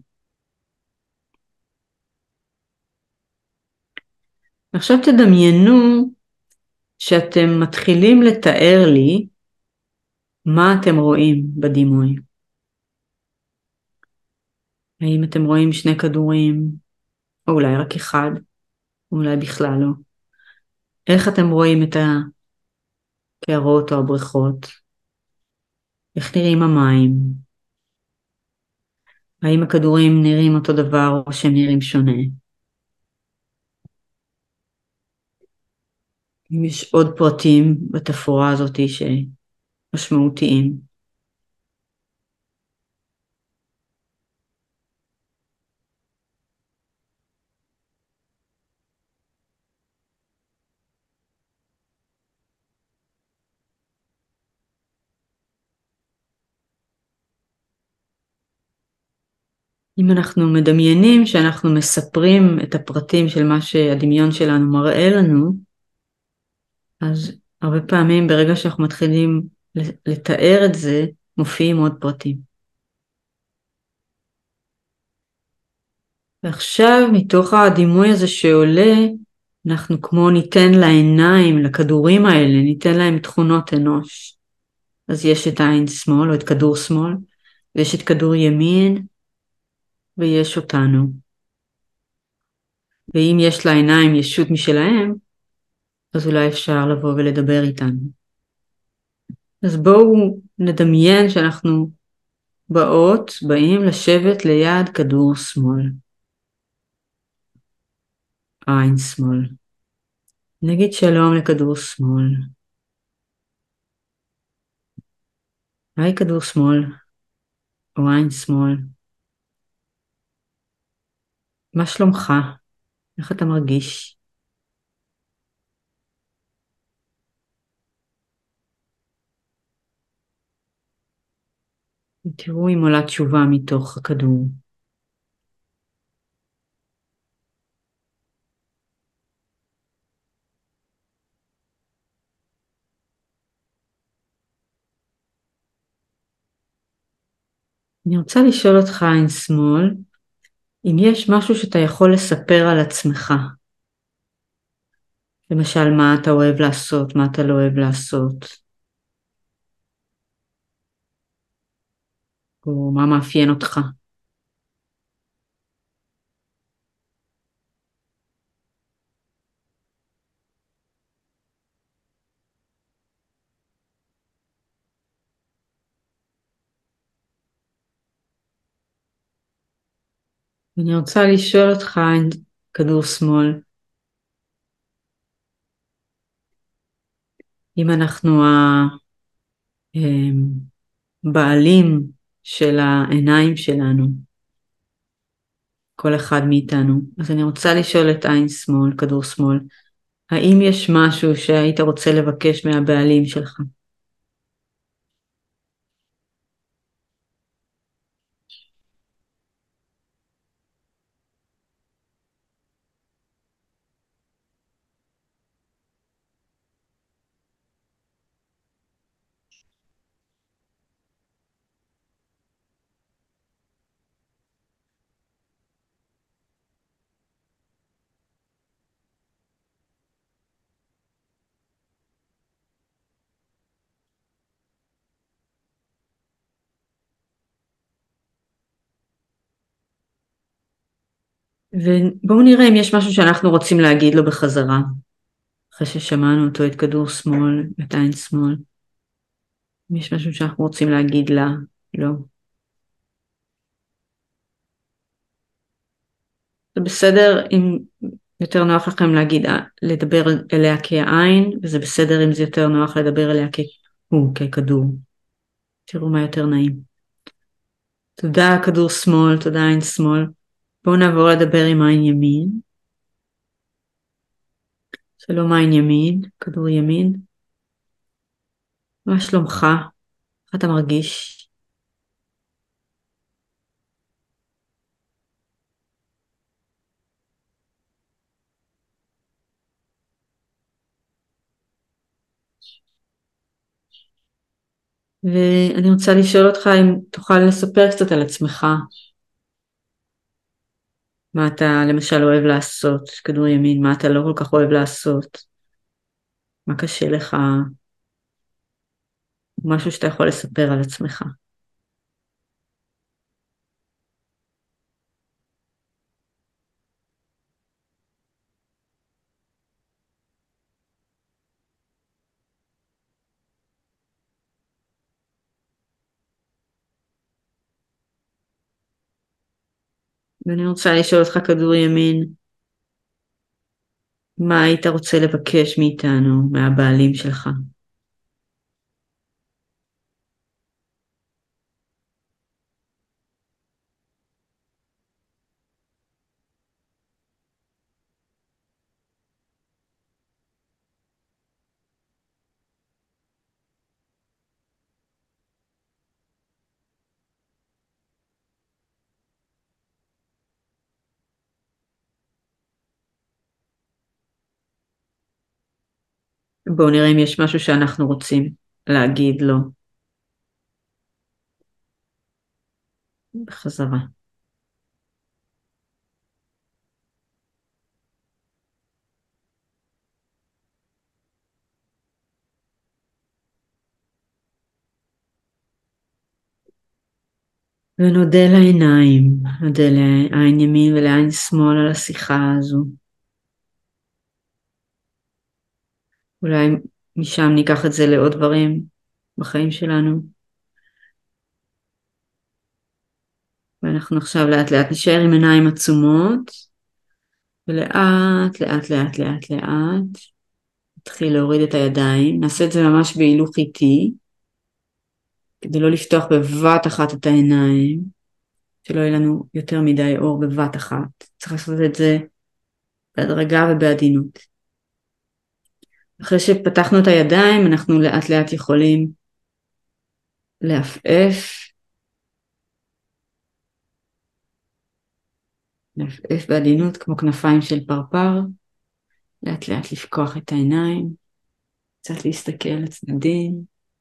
עכשיו תדמיינו שאתם מתחילים לתאר לי מה אתם רואים בדימוי. האם אתם רואים שני כדורים, או אולי רק אחד, או אולי בכלל לא. איך אתם רואים את הקערות או הבריכות? איך נראים המים? האם הכדורים נראים אותו דבר או שהם נראים שונה? אם יש עוד פרטים בתפאורה הזאת שמשמעותיים. אם אנחנו מדמיינים שאנחנו מספרים את הפרטים של מה שהדמיון שלנו מראה לנו, אז הרבה פעמים ברגע שאנחנו מתחילים לתאר את זה, מופיעים עוד פרטים. ועכשיו מתוך הדימוי הזה שעולה, אנחנו כמו ניתן לעיניים, לכדורים האלה, ניתן להם תכונות אנוש. אז יש את העין שמאל או את כדור שמאל, ויש את כדור ימין, ויש אותנו. ואם יש לעיניים ישות משלהם, אז אולי אפשר לבוא ולדבר איתנו. אז בואו נדמיין שאנחנו באות, באים לשבת ליד כדור שמאל. עין שמאל. נגיד שלום לכדור שמאל. היי כדור שמאל, או עין שמאל. מה שלומך? איך אתה מרגיש? ותראו אם עולה תשובה מתוך הכדור. אני רוצה לשאול אותך, עין שמאל, אם יש משהו שאתה יכול לספר על עצמך. למשל, מה אתה אוהב לעשות, מה אתה לא אוהב לעשות. או מה מאפיין אותך. אני רוצה לשאול אותך, עין כדור שמאל, אם אנחנו הבעלים של העיניים שלנו, כל אחד מאיתנו. אז אני רוצה לשאול את עין שמאל, כדור שמאל, האם יש משהו שהיית רוצה לבקש מהבעלים שלך? ובואו נראה אם יש משהו שאנחנו רוצים להגיד לו בחזרה, אחרי ששמענו אותו, את כדור שמאל, את עין שמאל. אם יש משהו שאנחנו רוצים להגיד לה, לא. זה בסדר אם יותר נוח לכם להגיד, לדבר אליה כעין, וזה בסדר אם זה יותר נוח לדבר אליה כהוא, ככדור. תראו מה יותר נעים. תודה כדור שמאל, תודה עין שמאל. בואו נעבור לדבר עם עין ימין. שלום עין ימין, כדור ימין. מה שלומך? איך אתה מרגיש? ואני רוצה לשאול אותך אם תוכל לספר קצת על עצמך. מה אתה למשל אוהב לעשות, כדור ימין, מה אתה לא כל כך אוהב לעשות. מה קשה לך? משהו שאתה יכול לספר על עצמך. ואני רוצה לשאול אותך, כדור ימין, מה היית רוצה לבקש מאיתנו, מהבעלים שלך? בואו נראה אם יש משהו שאנחנו רוצים להגיד לו. בחזרה. ונודה לעיניים, נודה לעין ימין ולעין שמאל על השיחה הזו. אולי משם ניקח את זה לעוד דברים בחיים שלנו. ואנחנו עכשיו לאט לאט נשאר עם עיניים עצומות, ולאט לאט לאט לאט לאט נתחיל להוריד את הידיים. נעשה את זה ממש בהילוך איטי, כדי לא לפתוח בבת אחת את העיניים, שלא יהיה לנו יותר מדי אור בבת אחת. צריך לעשות את זה בהדרגה ובעדינות. אחרי שפתחנו את הידיים, אנחנו לאט לאט יכולים להפעף נפעף בעדינות כמו כנפיים של פרפר, לאט לאט לפקוח את העיניים, קצת להסתכל לצדדים.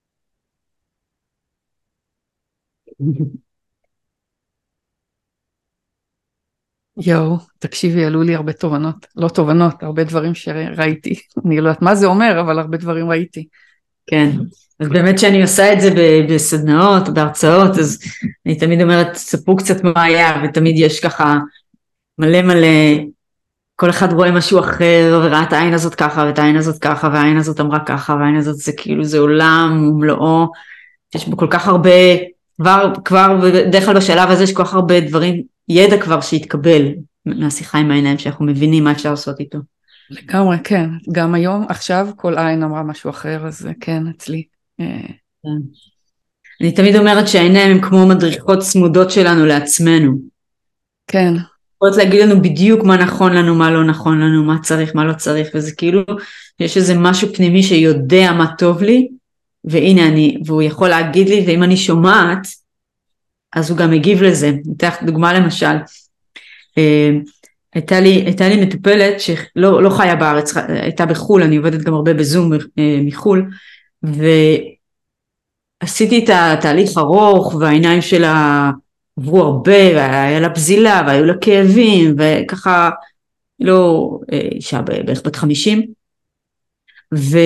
יואו, תקשיבי, עלו לי הרבה תובנות, לא תובנות, הרבה דברים שראיתי. אני לא יודעת מה זה אומר, אבל הרבה דברים ראיתי. כן, אז באמת שאני עושה את זה בסדנאות, בהרצאות, אז אני תמיד אומרת, ספרו קצת מה היה, ותמיד יש ככה מלא מלא, כל אחד רואה משהו אחר, וראה את העין הזאת ככה, ואת העין הזאת ככה, והעין הזאת אמרה ככה, והעין הזאת זה כאילו, זה עולם ומלואו, יש בו כל כך הרבה, כבר, כבר בדרך כלל בשלב הזה יש כל כך הרבה דברים, ידע כבר שהתקבל מהשיחה עם העיניים, שאנחנו מבינים מה אפשר לעשות איתו. לגמרי, כן. גם היום, עכשיו, כל עין אמרה משהו אחר, אז כן, אצלי. כן. אני תמיד אומרת שהעיניים הם כמו מדריכות צמודות שלנו לעצמנו. כן. יכולות להגיד לנו בדיוק מה נכון לנו, מה לא נכון לנו, מה צריך, מה לא צריך, וזה כאילו, יש איזה משהו פנימי שיודע מה טוב לי, והנה אני, והוא יכול להגיד לי, ואם אני שומעת, אז הוא גם מגיב לזה. נתח דוגמה למשל, הייתה לי, הייתה לי מטופלת שלא לא חיה בארץ, הייתה בחול, אני עובדת גם הרבה בזום מחול, ועשיתי את התהליך ארוך, והעיניים שלה עברו הרבה, והיה לה פזילה, והיו לה כאבים, וככה, לא, אישה בערך בת חמישים, ו...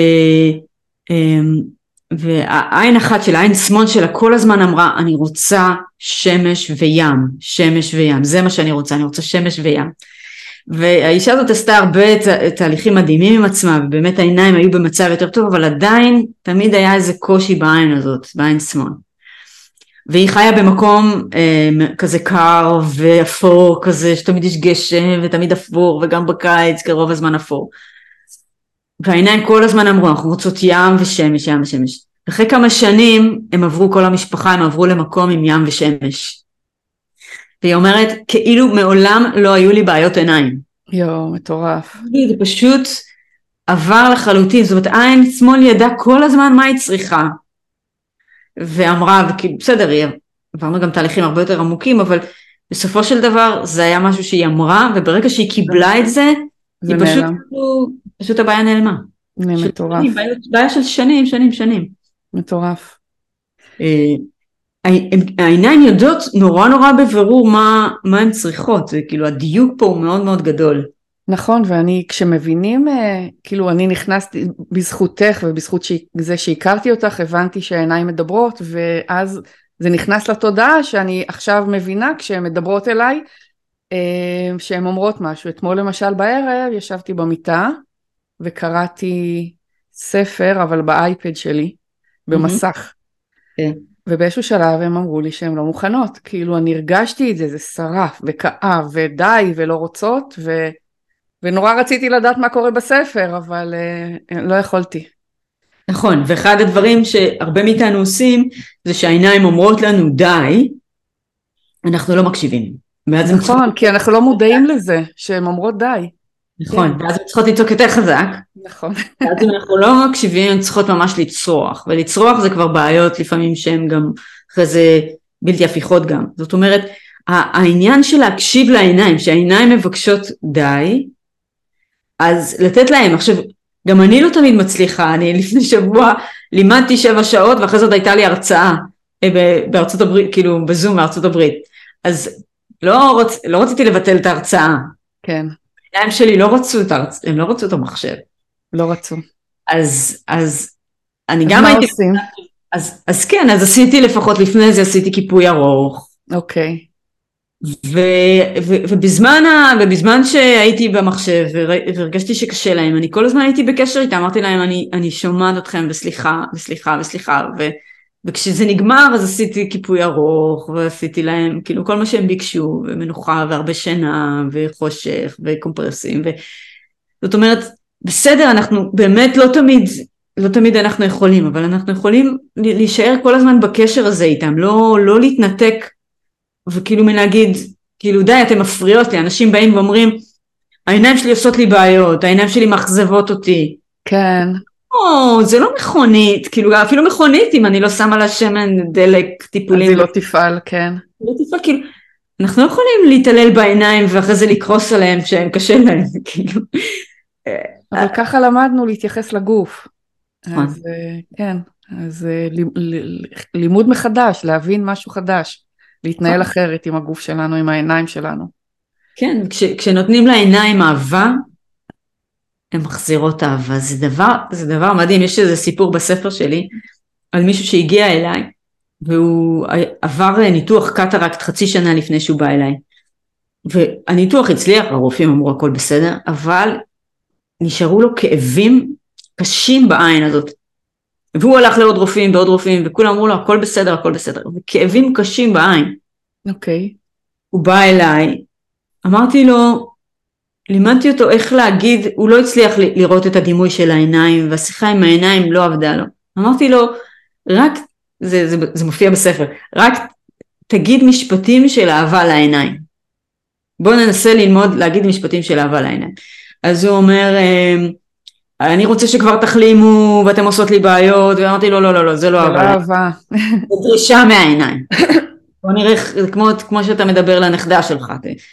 והעין אחת שלה, העין שמאל שלה כל הזמן אמרה, אני רוצה שמש וים, שמש וים, זה מה שאני רוצה, אני רוצה שמש וים. והאישה הזאת עשתה הרבה תהליכים מדהימים עם עצמה, ובאמת העיניים היו במצב יותר טוב, אבל עדיין תמיד היה איזה קושי בעין הזאת, בעין שמאל. והיא חיה במקום אה, כזה קר ואפור כזה, שתמיד יש גשם ותמיד אפור, וגם בקיץ כרוב הזמן אפור. והעיניים כל הזמן אמרו, אנחנו רוצות ים ושמש, ים ושמש. אחרי כמה שנים הם עברו, כל המשפחה, הם עברו למקום עם ים ושמש. והיא אומרת, כאילו מעולם לא היו לי בעיות עיניים. יו, מטורף. זה פשוט עבר לחלוטין, זאת אומרת, עין שמאל ידע כל הזמן מה היא צריכה. ואמרה, וכאילו, בסדר, היא עברנו גם תהליכים הרבה יותר עמוקים, אבל בסופו של דבר זה היה משהו שהיא אמרה, וברגע שהיא קיבלה את זה, זה היא פשוט, נעלם. פשוט הבעיה נעלמה. זה מטורף. בעיה, בעיה של שנים, שנים, שנים. מטורף. העיניים יודעות נורא נורא בבירור מה, מה הן צריכות, כאילו הדיוק פה הוא מאוד מאוד גדול. נכון, ואני כשמבינים, כאילו אני נכנסתי בזכותך ובזכות זה שהכרתי אותך, הבנתי שהעיניים מדברות, ואז זה נכנס לתודעה שאני עכשיו מבינה כשהן מדברות אליי, שהן אומרות משהו. אתמול למשל בערב ישבתי במיטה וקראתי ספר, אבל באייפד שלי, במסך. כן. ובאיזשהו שלב הם אמרו לי שהן לא מוכנות, כאילו אני הרגשתי את זה, זה שרף וכאב ודי ולא רוצות, ו... ונורא רציתי לדעת מה קורה בספר, אבל uh, לא יכולתי. נכון, ואחד הדברים שהרבה מאיתנו עושים, זה שהעיניים אומרות לנו די, אנחנו לא מקשיבים. נכון, כי אנחנו לא מודעים לזה, שהן אומרות די. נכון, ואז הן צריכות לצעוק יותר חזק. נכון. ואז אם אנחנו לא מקשיבים, הן צריכות ממש לצרוח, ולצרוח זה כבר בעיות לפעמים שהן גם אחרי זה בלתי הפיכות גם. זאת אומרת, העניין של להקשיב לעיניים, שהעיניים מבקשות די, אז לתת להם, עכשיו, גם אני לא תמיד מצליחה, אני לפני שבוע לימדתי שבע שעות, ואחרי זאת הייתה לי הרצאה בארצות הברית, כאילו בזום בארצות הברית, אז לא, רוצ, לא רציתי לבטל את ההרצאה. כן. העיניים שלי לא רצו את ההרצאה, הם לא רצו את המחשב. לא רצו. אז, אז אני אז גם מה הייתי... עושים? אז, אז כן, אז עשיתי לפחות לפני זה, עשיתי כיפוי ארוך. אוקיי. ו, ו, ובזמן, ה, ובזמן שהייתי במחשב והרגשתי שקשה להם, אני כל הזמן הייתי בקשר איתם, אמרתי להם, אני, אני שומעת אתכם וסליחה, וסליחה, וסליחה, ו, וכשזה נגמר, אז עשיתי כיפוי ארוך, ועשיתי להם, כאילו, כל מה שהם ביקשו, ומנוחה, והרבה שינה, וחושך, וקומפרסים, ו... זאת אומרת, בסדר, אנחנו באמת לא תמיד, לא תמיד אנחנו יכולים, אבל אנחנו יכולים להישאר כל הזמן בקשר הזה איתם, לא, לא להתנתק, וכאילו מלהגיד, כאילו די, אתם מפריעות לי, אנשים באים ואומרים, העיניים שלי עושות לי בעיות, העיניים שלי מחזבות אותי. כן. או, זה לא מכונית, כאילו אפילו מכונית, אם אני לא שמה לה שמן, דלק, טיפולים. אז היא לא תפעל, כן. לא תפעל, כאילו, אנחנו לא יכולים להתעלל בעיניים ואחרי זה לקרוס עליהם שהם קשה להם, כאילו. אבל ככה למדנו להתייחס לגוף. נכון. אז כן, אז לימוד מחדש, להבין משהו חדש, להתנהל אחרת עם הגוף שלנו, עם העיניים שלנו. כן, כש, כשנותנים לעיניים אהבה, הן מחזירות אהבה. זה דבר, זה דבר מדהים. יש איזה סיפור בספר שלי על מישהו שהגיע אליי, והוא עבר ניתוח קטרקט חצי שנה לפני שהוא בא אליי. והניתוח הצליח, הרופאים אמרו הכל בסדר, אבל נשארו לו כאבים קשים בעין הזאת. והוא הלך לעוד רופאים ועוד רופאים, וכולם אמרו לו הכל בסדר, הכל בסדר. וכאבים קשים בעין. אוקיי. הוא בא אליי, אמרתי לו, לימדתי אותו איך להגיד, הוא לא הצליח לראות את הדימוי של העיניים, והשיחה עם העיניים לא עבדה לו. אמרתי לו, רק, זה, זה, זה מופיע בספר, רק תגיד משפטים של אהבה לעיניים. בואו ננסה ללמוד להגיד משפטים של אהבה לעיניים. אז הוא אומר, אני רוצה שכבר תחלימו ואתם עושות לי בעיות, ואמרתי לו, לא, לא, לא, זה לא אהבה. זה לא אהבה. זה דרישה מהעיניים. בוא נראה, כמו, כמו שאתה מדבר לנכדה שלך.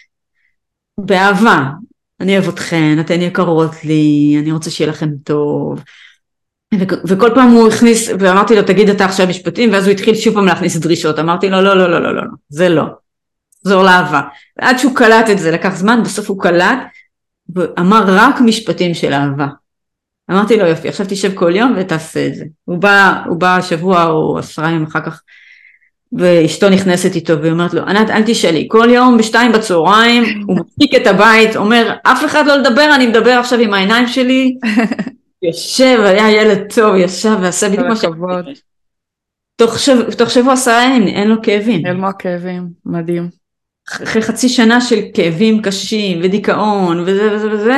באהבה, אני אוהב אתכן, אתן יקרות לי, אני רוצה שיהיה לכם טוב. ו- וכל פעם הוא הכניס, ואמרתי לו, תגיד אתה עכשיו משפטים, ואז הוא התחיל שוב פעם להכניס דרישות. אמרתי לו, לא, לא, לא, לא, לא, זה לא. זו לאהבה. ועד שהוא קלט את זה, לקח זמן, בסוף הוא קלט, ואמר רק משפטים של אהבה. אמרתי לו, יופי, עכשיו תשב כל יום ותעשה את זה. הוא בא, הוא בא שבוע או עשרה ימים אחר כך, ואשתו נכנסת איתו, והיא אומרת לו, ענת, אל תשאלי, כל יום בשתיים בצהריים, הוא מפסיק את הבית, אומר, אף אחד לא לדבר, אני מדבר עכשיו עם העיניים שלי, יושב, היה ילד טוב, ישב ועשה בדיוק מה שבוע. תוך, שבוע, תוך שבוע עשרה ימים, אין לו כאבים. אין לו כאבים, מדהים. אחרי חצי שנה של כאבים קשים, ודיכאון, וזה וזה וזה,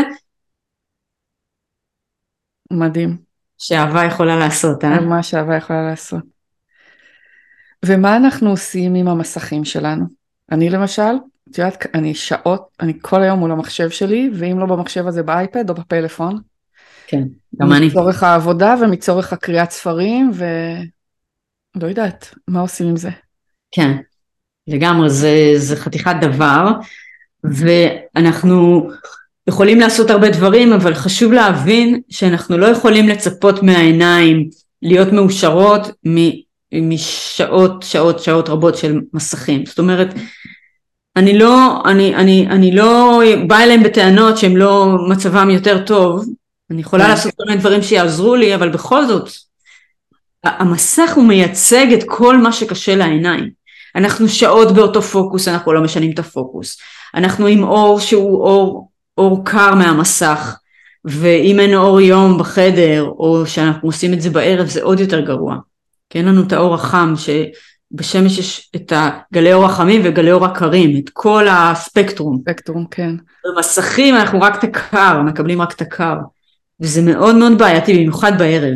מדהים. שאהבה יכולה לעשות, אה? מה שאהבה יכולה לעשות. ומה אנחנו עושים עם המסכים שלנו? אני למשל, את יודעת, אני שעות, אני כל היום מול המחשב שלי, ואם לא במחשב הזה באייפד או בפלאפון. כן, גם אני. מצורך העבודה ומצורך הקריאת ספרים, ולא יודעת, מה עושים עם זה? כן, לגמרי, זה, זה חתיכת דבר, ואנחנו יכולים לעשות הרבה דברים, אבל חשוב להבין שאנחנו לא יכולים לצפות מהעיניים להיות מאושרות משעות, שעות, שעות רבות של מסכים. זאת אומרת, אני לא, אני, אני, אני לא באה אליהם בטענות שהם לא מצבם יותר טוב, אני יכולה לעשות כל מיני דברים שיעזרו לי, אבל בכל זאת, המסך הוא מייצג את כל מה שקשה לעיניים. אנחנו שעות באותו פוקוס, אנחנו לא משנים את הפוקוס. אנחנו עם אור שהוא אור, אור קר מהמסך, ואם אין אור יום בחדר, או שאנחנו עושים את זה בערב, זה עוד יותר גרוע. כי אין לנו את האור החם, שבשמש יש את הגלי אור החמים וגלי אור הקרים, את כל הספקטרום. ספקטרום, כן. במסכים אנחנו רק את הקר, מקבלים רק את הקר. וזה מאוד מאוד בעייתי, במיוחד בערב.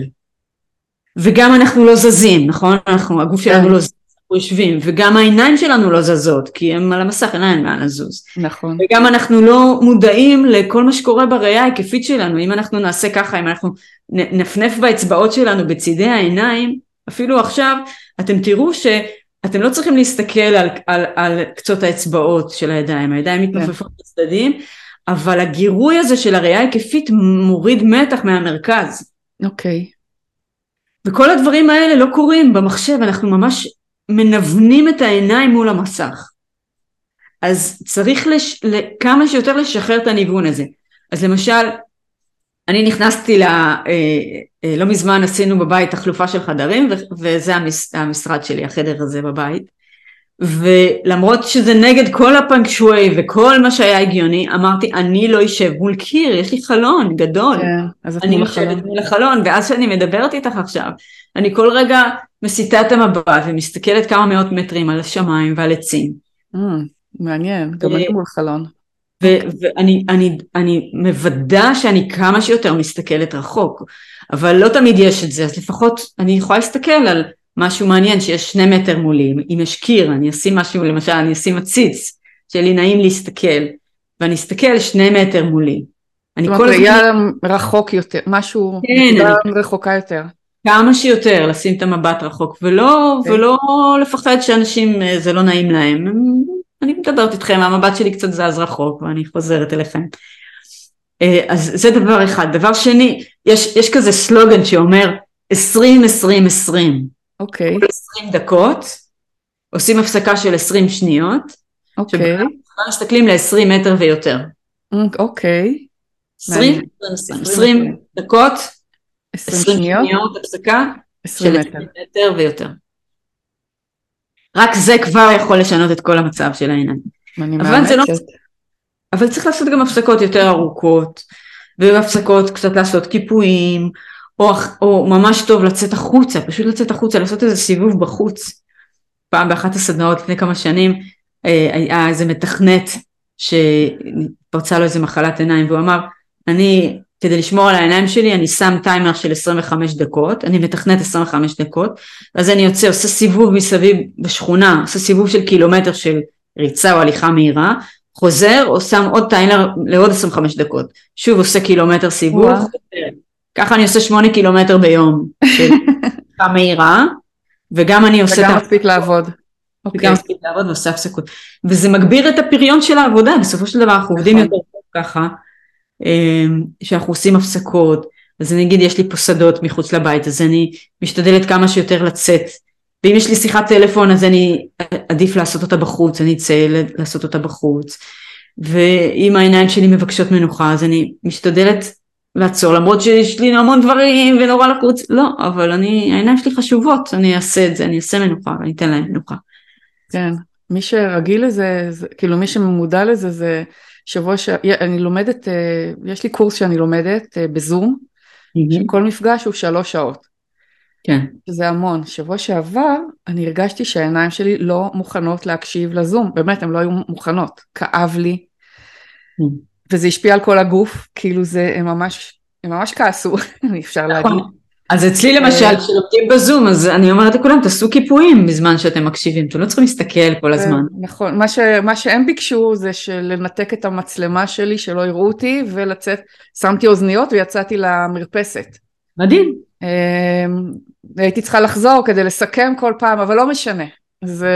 וגם אנחנו לא זזים, נכון? אנחנו, הגוף שלנו לא זז, אנחנו יושבים, וגם העיניים שלנו לא זזות, כי הם על המסך, אין להם לאן לזוז. נכון. וגם אנחנו לא מודעים לכל מה שקורה בראייה ההיקפית שלנו, אם אנחנו נעשה ככה, אם אנחנו נפנף באצבעות שלנו בצידי העיניים, אפילו עכשיו, אתם תראו שאתם לא צריכים להסתכל על, על, על קצות האצבעות של הידיים, הידיים מתנופפות בצדדים, אבל הגירוי הזה של הראייה ההיקפית מוריד מתח מהמרכז. אוקיי. וכל הדברים האלה לא קורים במחשב, אנחנו ממש מנוונים את העיניים מול המסך. אז צריך לש... כמה שיותר לשחרר את הניוון הזה. אז למשל, אני נכנסתי ל... לא מזמן עשינו בבית תחלופה של חדרים, וזה המשרד שלי, החדר הזה בבית. ולמרות שזה נגד כל הפנקשואי וכל מה שהיה הגיוני, אמרתי, אני לא יושב מול קיר, יש לי חלון גדול. כן, אז את אני מול יושבת החלון. מול החלון, ואז שאני מדברת איתך עכשיו, אני כל רגע מסיטה את המבט, ומסתכלת כמה מאות מטרים על השמיים ועל עצים. Mm, מעניין, גם אני מול חלון. ואני אני, אני מוודא שאני כמה שיותר מסתכלת רחוק, אבל לא תמיד יש את זה, אז לפחות אני יכולה להסתכל על משהו מעניין שיש שני מטר מולי, אם יש קיר, אני אשים משהו, למשל אני אשים עציץ, שלי נעים להסתכל, ואני אסתכל שני מטר מולי. זאת אומרת, ראייה רחוק יותר, משהו רחוקה יותר. כמה שיותר, לשים את המבט רחוק, ולא, ולא לפחד שאנשים זה לא נעים להם, אני מדברת איתכם, המבט שלי קצת זז רחוק, ואני חוזרת אליכם. אז זה דבר אחד. דבר שני, יש, יש כזה סלוגן שאומר, עשרים, עשרים, עשרים. אוקיי. כל עשרים דקות, עושים הפסקה של עשרים שניות, אוקיי. שבכלל מסתכלים ל-עשרים מטר ויותר. אוקיי. עשרים, עשרים דקות, עשרים שניות, הפסקה של עשרים מטר ויותר. רק זה כבר יכול לשנות את כל המצב של העיניים. אני מאמצת. לא... אבל צריך לעשות גם הפסקות יותר ארוכות, והפסקות קצת לעשות קיפויים, או, או ממש טוב לצאת החוצה, פשוט לצאת החוצה, לעשות איזה סיבוב בחוץ. פעם באחת הסדנאות לפני כמה שנים, היה איזה מתכנת שפרצה לו איזה מחלת עיניים, והוא אמר, אני, כדי לשמור על העיניים שלי, אני שם טיימר של עשרים וחמש דקות, אני מתכנת עשרים וחמש דקות, אז אני יוצא, עושה סיבוב מסביב בשכונה, עושה סיבוב של קילומטר של ריצה או הליכה מהירה, חוזר או שם עוד טיימר לעוד עשרים וחמש דקות, שוב עושה קילומטר סיבוב, ככה אני עושה שמונה קילומטר ביום של הליכה מהירה, וגם אני עושה... וגם מספיק לעבוד. וגם מספיק לעבוד ועושה הפסקות. וזה מגביר את הפריון של העבודה, בסופו של דבר אנחנו עובדים יותר טוב ככה, שאנחנו עושים הפסקות, אז אני אגיד יש לי פה שדות מחוץ לבית, אז אני משתדלת כמה שיותר לצאת, ואם יש לי שיחת טלפון אז אני עדיף לעשות אותה בחוץ, אני אצא לעשות אותה בחוץ, ואם העיניים שלי מבקשות מנוחה, אז אני משתדלת לעצור, למרות שיש לי המון דברים ונורא לחוץ, לא, אבל אני, העיניים שלי חשובות, אני אעשה את זה, אני אעשה מנוחה, ואני אתן להם מנוחה. כן, מי שרגיל לזה, זה, כאילו מי שממודע לזה, זה שבוע שאני לומדת, יש לי קורס שאני לומדת בזום, mm-hmm. שכל מפגש הוא שלוש שעות. כן. זה המון. שבוע שעבר, אני הרגשתי שהעיניים שלי לא מוכנות להקשיב לזום, באמת, הן לא היו מוכנות, כאב לי, mm-hmm. וזה השפיע על כל הגוף, כאילו זה, הם ממש, הם ממש כעסו, אפשר להגיד. אז אצלי למשל, כשלומדים בזום, אז אני אומרת לכולם, תעשו קיפויים בזמן שאתם מקשיבים, אתם לא צריכים להסתכל כל הזמן. נכון, מה, ש, מה שהם ביקשו זה לנתק את המצלמה שלי, שלא יראו אותי, ולצאת, שמתי אוזניות ויצאתי למרפסת. מדהים. הייתי צריכה לחזור כדי לסכם כל פעם, אבל לא משנה. זה,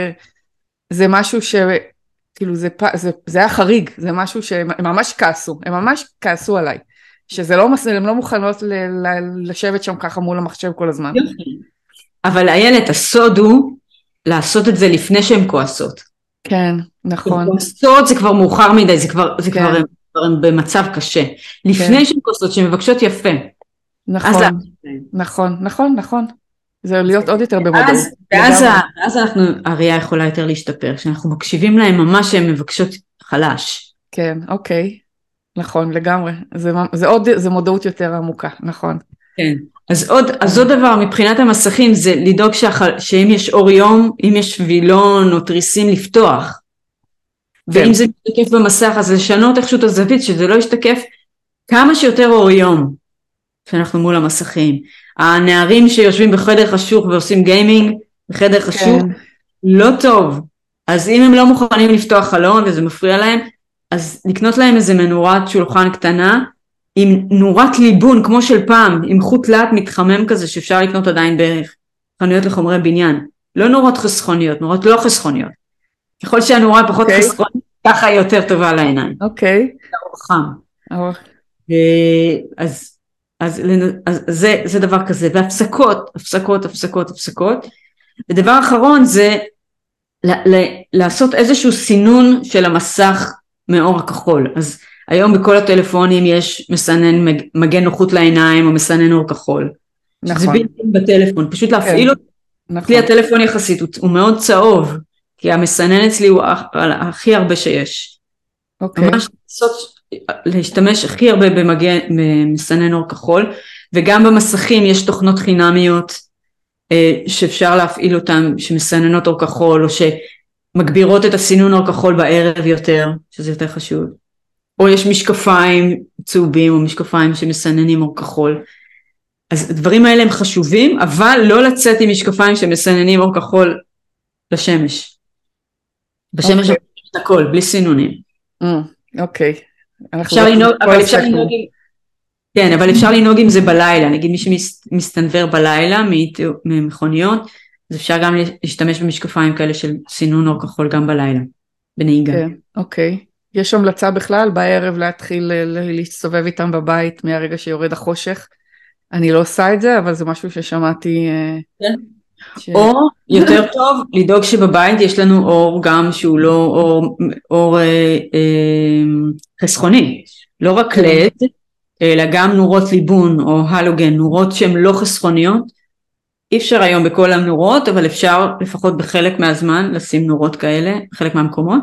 זה משהו ש... כאילו זה, זה, זה היה חריג, זה משהו שהם ממש כעסו, הם ממש כעסו עליי. שזה לא, הן לא מוכנות ל, ל, לשבת שם ככה מול המחשב כל הזמן. אבל איילת, הסוד הוא לעשות את זה לפני שהן כועסות. כן, נכון. כועסות זה כבר מאוחר מדי, זה כבר, זה כן. כבר, כבר במצב קשה. לפני כן. שהן כועסות, שהן מבקשות יפה. נכון, נכון, נכון, נכון. זה להיות עוד יותר במודעות. ואז, ואז אנחנו, הראייה יכולה יותר להשתפר, כשאנחנו מקשיבים להם ממש שהן מבקשות חלש. כן, אוקיי. נכון, לגמרי. זה, זה עוד, זה מודעות יותר עמוקה, נכון. כן. אז עוד, אז עוד דבר, מבחינת המסכים, זה לדאוג שהח, שאם יש אור יום, אם יש וילון או תריסים, לפתוח. כן. ואם זה משתקף במסך, אז לשנות איכשהו את הזווית, שזה לא ישתקף כמה שיותר אור יום, כשאנחנו מול המסכים. הנערים שיושבים בחדר חשוך ועושים גיימינג, בחדר חשוך, כן. לא טוב. אז אם הם לא מוכנים לפתוח חלון, וזה מפריע להם, אז לקנות להם איזה מנורת שולחן קטנה, עם נורת ליבון, כמו של פעם, עם חוט לאט מתחמם כזה, שאפשר לקנות עדיין בערך, חנויות לחומרי בניין. לא נורות חסכוניות, נורות לא חסכוניות. ככל שהנורה פחות okay. חסכונית, ככה היא יותר טובה לעיניים. אוקיי. זה אור חם. Oh. אז, אז, אז זה, זה דבר כזה, והפסקות, הפסקות, הפסקות, הפסקות. ודבר אחרון זה, ל- ל- לעשות איזשהו סינון של המסך, מאור הכחול. אז היום בכל הטלפונים יש מסנן מגן נוחות לעיניים או מסנן אור כחול. נכון. זה בלתי בטלפון, פשוט להפעיל אותו. נכון. כלי הטלפון יחסית, הוא, הוא מאוד צהוב, כי המסנן אצלי הוא הכי הרבה שיש. אוקיי. ממש לעשות, להשתמש הכי הרבה במגן, במסנן אור כחול, וגם במסכים יש תוכנות חינמיות שאפשר להפעיל אותן, שמסננות אור כחול, או ש... מגבירות את הסינון אור כחול בערב יותר, שזה יותר חשוב. או יש משקפיים צהובים, או משקפיים שמסננים אור כחול. אז הדברים האלה הם חשובים, אבל לא לצאת עם משקפיים שמסננים אור כחול לשמש. בשמש okay. את הכל, בלי סינונים. אוקיי. Mm, okay. אפשר לנהוג, אבל אפשר לנהוג עם... כן, אבל אפשר לנהוג עם זה בלילה. נגיד מי שמסתנבר בלילה ממכוניות, אז אפשר גם להשתמש במשקפיים כאלה של סינון אור כחול גם בלילה. בנהיגה. כן, אוקיי. יש המלצה בכלל בערב להתחיל להסתובב איתם בבית מהרגע שיורד החושך? אני לא עושה את זה, אבל זה משהו ששמעתי. כן. ש... או יותר טוב, לדאוג שבבית יש לנו אור גם שהוא לא אור, אור אה, אה, חסכוני, לא רק לד, אלא גם נורות ליבון או הלוגן, נורות שהן לא חסכוניות. אי אפשר היום בכל הנורות, אבל אפשר לפחות בחלק מהזמן לשים נורות כאלה, בחלק מהמקומות.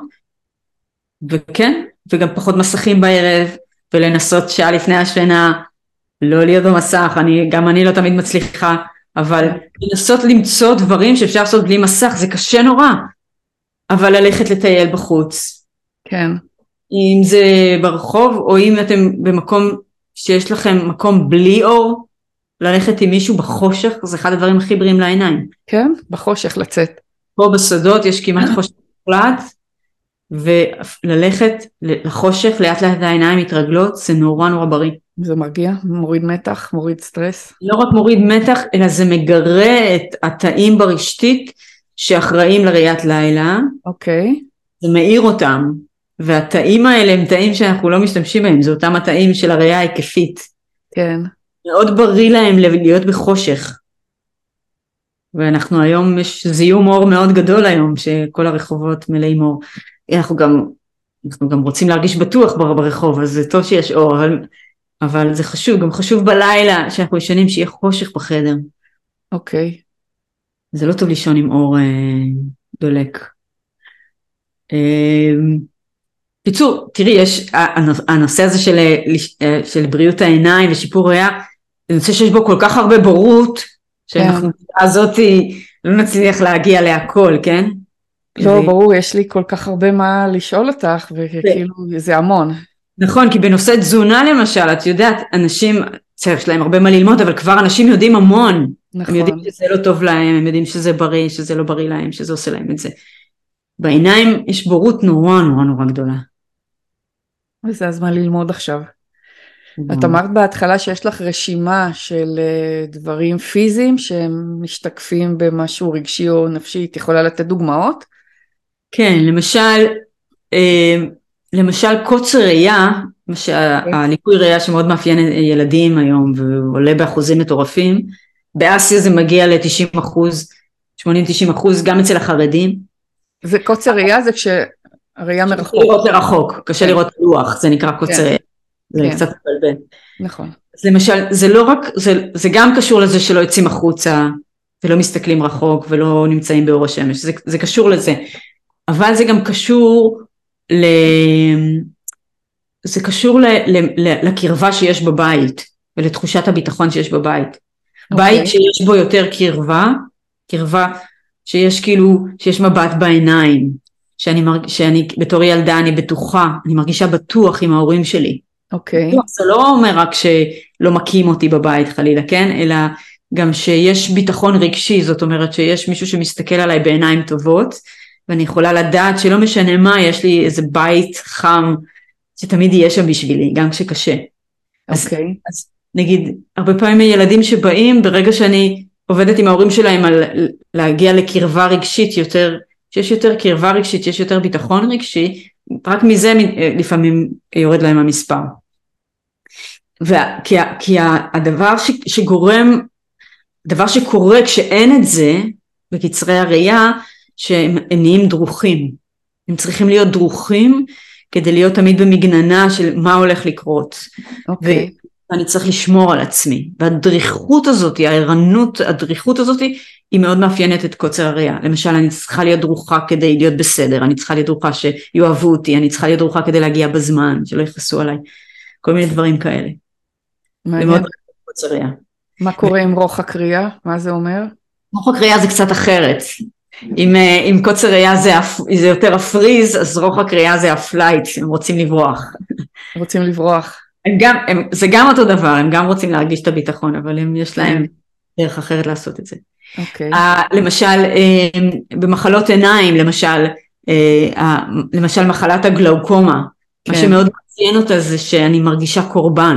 וכן, וגם פחות מסכים בערב, ולנסות שעה לפני השינה, לא להיות במסך, אני, גם אני לא תמיד מצליחה, אבל לנסות למצוא דברים שאפשר לעשות בלי מסך, זה קשה נורא, אבל ללכת לטייל בחוץ. כן. אם זה ברחוב, או אם אתם במקום שיש לכם מקום בלי אור, ללכת עם מישהו בחושך, זה אחד הדברים הכי בריאים לעיניים. כן, בחושך לצאת. פה בשדות יש כמעט חושך מוחלט, וללכת לחושך, לאט לאט העיניים מתרגלות, זה נורא נורא בריא. זה מרגיע, מוריד מתח, מוריד סטרס. לא רק מוריד מתח, אלא זה מגרה את התאים ברשתית שאחראים לראיית לילה. אוקיי. זה מאיר אותם, והתאים האלה הם תאים שאנחנו לא משתמשים בהם, זה אותם התאים של הראייה ההיקפית. כן. מאוד בריא להם להיות בחושך. ואנחנו היום, יש זיהום אור מאוד גדול היום, שכל הרחובות מלאים אור. אנחנו גם, אנחנו גם רוצים להרגיש בטוח ברחוב, אז זה טוב שיש אור, אבל... אבל זה חשוב, גם חשוב בלילה שאנחנו ישנים שיהיה חושך בחדר. אוקיי. זה לא טוב לישון עם אור אה, דולק. אה, קיצור, תראי, יש הנושא הזה של, של בריאות העיניים ושיפור ראייה, זה נושא שיש בו כל כך הרבה בורות, שאנחנו הזאת לא נצליח להגיע להכל, כן? לא, ו... ברור, יש לי כל כך הרבה מה לשאול אותך, וכאילו זה המון. נכון, כי בנושא תזונה למשל, את יודעת, אנשים, יש להם הרבה מה ללמוד, אבל כבר אנשים יודעים המון. נכון. הם יודעים שזה לא טוב להם, הם יודעים שזה בריא, שזה לא בריא להם, שזה עושה להם את זה. בעיניים יש בורות נורא נורא נורא גדולה. וזה הזמן ללמוד עכשיו. את אמרת בהתחלה שיש לך רשימה של דברים פיזיים, שהם משתקפים במשהו רגשי או נפשי, את יכולה לתת דוגמאות? כן, למשל, למשל קוצר ראייה, הליקוי ראייה שמאוד מאפיין ילדים היום ועולה באחוזים מטורפים, באסיה זה מגיע ל-תשעים אחוז, שמונים תשעים אחוז, גם אצל החרדים. זה קוצר ראייה, זה כשהראייה מרחוק. קשה לראות לרחוק, קשה לראות לוח, זה נקרא קוצר ראייה, זה קצת מבלבל. נכון. אז למשל, זה לא רק, זה גם קשור לזה שלא יוצאים החוצה, ולא מסתכלים רחוק ולא נמצאים באור השמש, זה קשור לזה, אבל זה גם קשור ל... זה קשור ל... ל... לקרבה שיש בבית, ולתחושת הביטחון שיש בבית. Okay. בית שיש בו יותר קרבה, קרבה שיש כאילו, שיש מבט בעיניים, שאני, מרג... שאני בתור ילדה אני בטוחה, אני מרגישה בטוח עם ההורים שלי. אוקיי. Okay. זה לא אומר רק שלא מקים אותי בבית חלילה, כן? אלא גם שיש ביטחון רגשי, זאת אומרת שיש מישהו שמסתכל עליי בעיניים טובות, ואני יכולה לדעת שלא משנה מה, יש לי איזה בית חם, שתמיד יהיה שם בשבילי, גם כשקשה. אוקיי. אז, אז נגיד, הרבה פעמים ילדים שבאים, ברגע שאני עובדת עם ההורים שלהם על להגיע לקרבה רגשית יותר, שיש יותר קרבה רגשית, שיש יותר ביטחון רגשי, רק מזה לפעמים יורד להם המספר. וכי, כי הדבר ש, שגורם, הדבר שקורה כשאין את זה, בקצרי הראייה, שהם נהיים דרוכים. הם צריכים להיות דרוכים, כדי להיות תמיד במגננה של מה הולך לקרות. אוקיי. ואני צריך לשמור על עצמי. והדריכות הזאת, הערנות, הדריכות הזאת, היא מאוד מאפיינת את קוצר הראייה. למשל, אני צריכה להיות דרוכה כדי להיות בסדר, אני צריכה להיות דרוכה שיואהבו אותי, אני צריכה להיות דרוכה כדי להגיע בזמן, שלא יחסו עליי. כל מיני דברים כאלה. מעניין. קוצר ראייה. מה קורה עם רוחק ראייה? מה זה אומר? רוחק ראייה זה קצת אחרת. אם, אם קוצר ראייה זה, זה יותר הפריז, אז רוחק ראייה זה הפלייט, הם רוצים לברוח. רוצים לברוח. הם גם, הם, זה גם אותו דבר, הם גם רוצים להרגיש את הביטחון, אבל הם, יש להם דרך אחרת לעשות את זה. אוקיי. Uh, למשל, uh, במחלות עיניים, למשל, uh, uh, למשל מחלת הגלאוקומה, כן. מה שמאוד מציין אותה זה שאני מרגישה קורבן.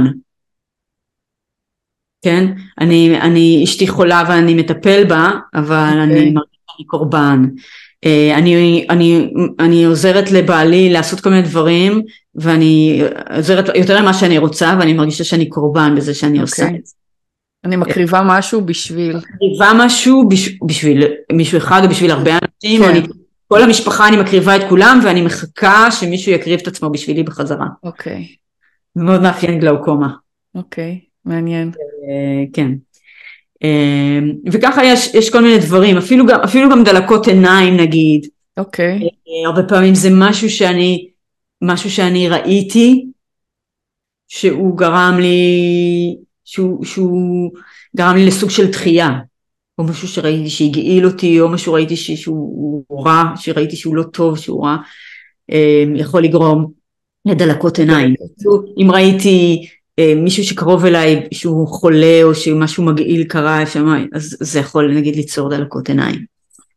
כן? אני, אני אשתי חולה ואני מטפל בה, אבל okay. אני מרגישה קורבן. אני, אני, אני עוזרת לבעלי לעשות כל מיני דברים, ואני עוזרת יותר למה שאני רוצה, ואני מרגישה שאני קורבן בזה שאני okay. עושה את זה. אני מקריבה משהו בשביל... מקריבה משהו בשביל, בשביל מישהו אחד או בשביל הרבה אנשים, כן. אני, כל המשפחה אני מקריבה את כולם, ואני מחכה שמישהו יקריב את עצמו בשבילי בחזרה. אוקיי. Okay. מאוד מאפיין גלאוקומה. אוקיי, okay. מעניין. כן. וככה יש, יש כל מיני דברים, אפילו גם, אפילו גם דלקות עיניים נגיד. אוקיי. Okay. הרבה פעמים זה משהו שאני, משהו שאני ראיתי, שהוא גרם לי, שהוא, שהוא גרם לי לסוג של דחייה, או משהו שראיתי שהגעיל אותי, או משהו ראיתי שהוא רע, שראיתי שהוא לא טוב, שהוא רע, יכול לגרום לדלקות עיניים. אם ראיתי מישהו שקרוב אליי שהוא חולה או שמשהו מגעיל קרה, אז זה יכול נגיד ליצור דלקות עיניים.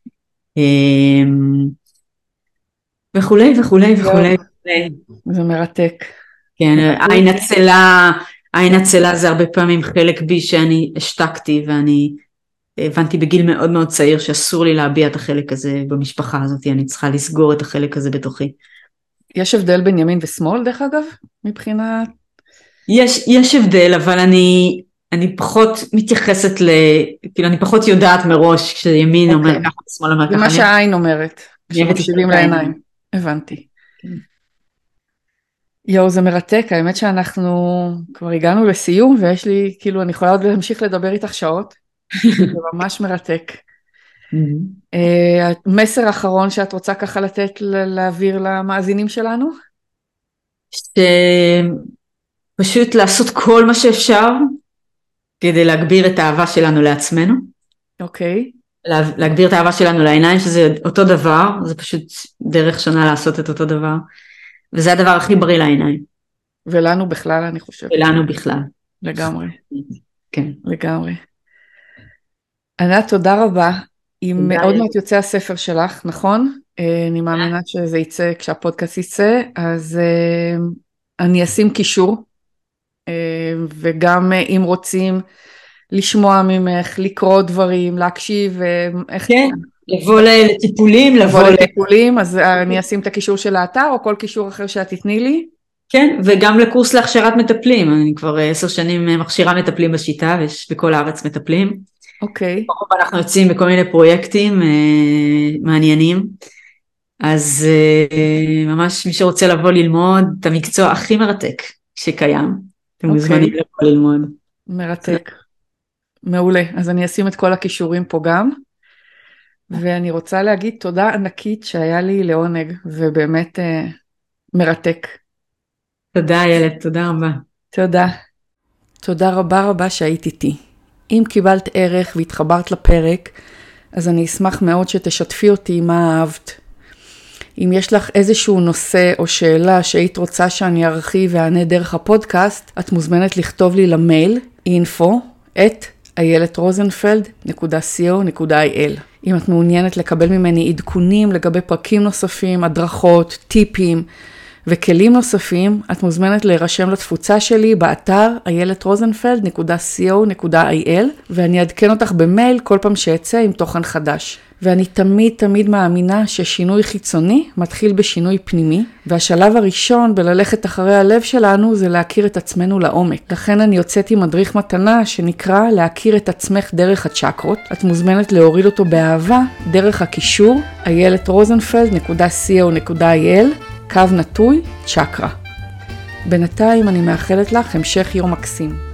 וכולי וכולי וכולי. זה מרתק. כן, עין הצלה, עין הצלה זה הרבה פעמים חלק בי שאני השתקתי, ואני הבנתי בגיל מאוד מאוד צעיר שאסור לי להביע את החלק הזה במשפחה הזאת, אני צריכה לסגור את החלק הזה בתוכי. יש הבדל בין ימין ושמאל דרך אגב, מבחינה... יש, יש הבדל, אבל אני, אני פחות מתייחסת ל... כאילו, אני פחות יודעת מראש כשימין אומר ככה, שמאל אומר ככה. זה מה שהעין אומרת, כשמקשיבים לעיניים. הבנתי. יואו, זה מרתק, האמת שאנחנו כבר הגענו לסיום, ויש לי, כאילו, אני יכולה עוד להמשיך לדבר איתך שעות. זה ממש מרתק. מסר אחרון שאת רוצה ככה לתת, להעביר למאזינים שלנו? פשוט לעשות כל מה שאפשר, כדי להגביר את האהבה שלנו לעצמנו. אוקיי. להגביר את האהבה שלנו לעיניים, שזה אותו דבר, זה פשוט דרך שונה לעשות את אותו דבר. וזה הדבר הכי בריא לעיניים. ולנו בכלל, אני חושבת. ולנו בכלל. לגמרי. כן. לגמרי. ענת, תודה רבה. עם עוד מעט יוצא הספר שלך, נכון? אני מאמינה שזה יצא כשהפודקאסט יצא, אז אני אשים קישור, וגם אם רוצים לשמוע ממך, לקרוא דברים, להקשיב, כן, לבוא לטיפולים, לבוא לטיפולים, אז אני אשים את הקישור של האתר, או כל קישור אחר שאת תתני לי. כן, וגם לקורס להכשרת מטפלים, אני כבר עשר שנים מכשירה מטפלים בשיטה, ויש בכל הארץ מטפלים. אוקיי. אנחנו יוצאים בכל מיני פרויקטים מעניינים, אז ממש מי שרוצה לבוא ללמוד את המקצוע הכי מרתק שקיים, אתם מוזמנים לבוא ללמוד. מרתק. מעולה, אז אני אשים את כל הכישורים פה גם, ואני רוצה להגיד תודה ענקית שהיה לי לעונג, ובאמת uh, מרתק. תודה ילד, תודה רבה. תודה. תודה רבה רבה שהיית איתי. אם קיבלת ערך והתחברת לפרק, אז אני אשמח מאוד שתשתפי אותי מה אהבת. אם יש לך איזשהו נושא או שאלה שהיית רוצה שאני ארחיב ואענה דרך הפודקאסט, את מוזמנת לכתוב לי למייל info את איילת רוזנפלד נקודה סי או נקודה איי אל. אם את מעוניינת לקבל ממני עדכונים לגבי פרקים נוספים, הדרכות, טיפים וכלים נוספים, את מוזמנת להירשם לתפוצה שלי באתר איילת רוזנפלד נקודה סי או נקודה איי אל, ואני אעדכן אותך במייל כל פעם שיצא עם תוכן חדש. ואני תמיד תמיד מאמינה ששינוי חיצוני מתחיל בשינוי פנימי, והשלב הראשון בללכת אחרי הלב שלנו זה להכיר את עצמנו לעומק. לכן אני יוצאתי מדריך מתנה שנקרא להכיר את עצמך דרך הצ'קרות. את מוזמנת להוריד אותו באהבה דרך הקישור איילת רוזנפלד נקודה סי או נקודה איי אל קו נטוי צ'קרה. בינתיים אני מאחלת לך המשך יום מקסים.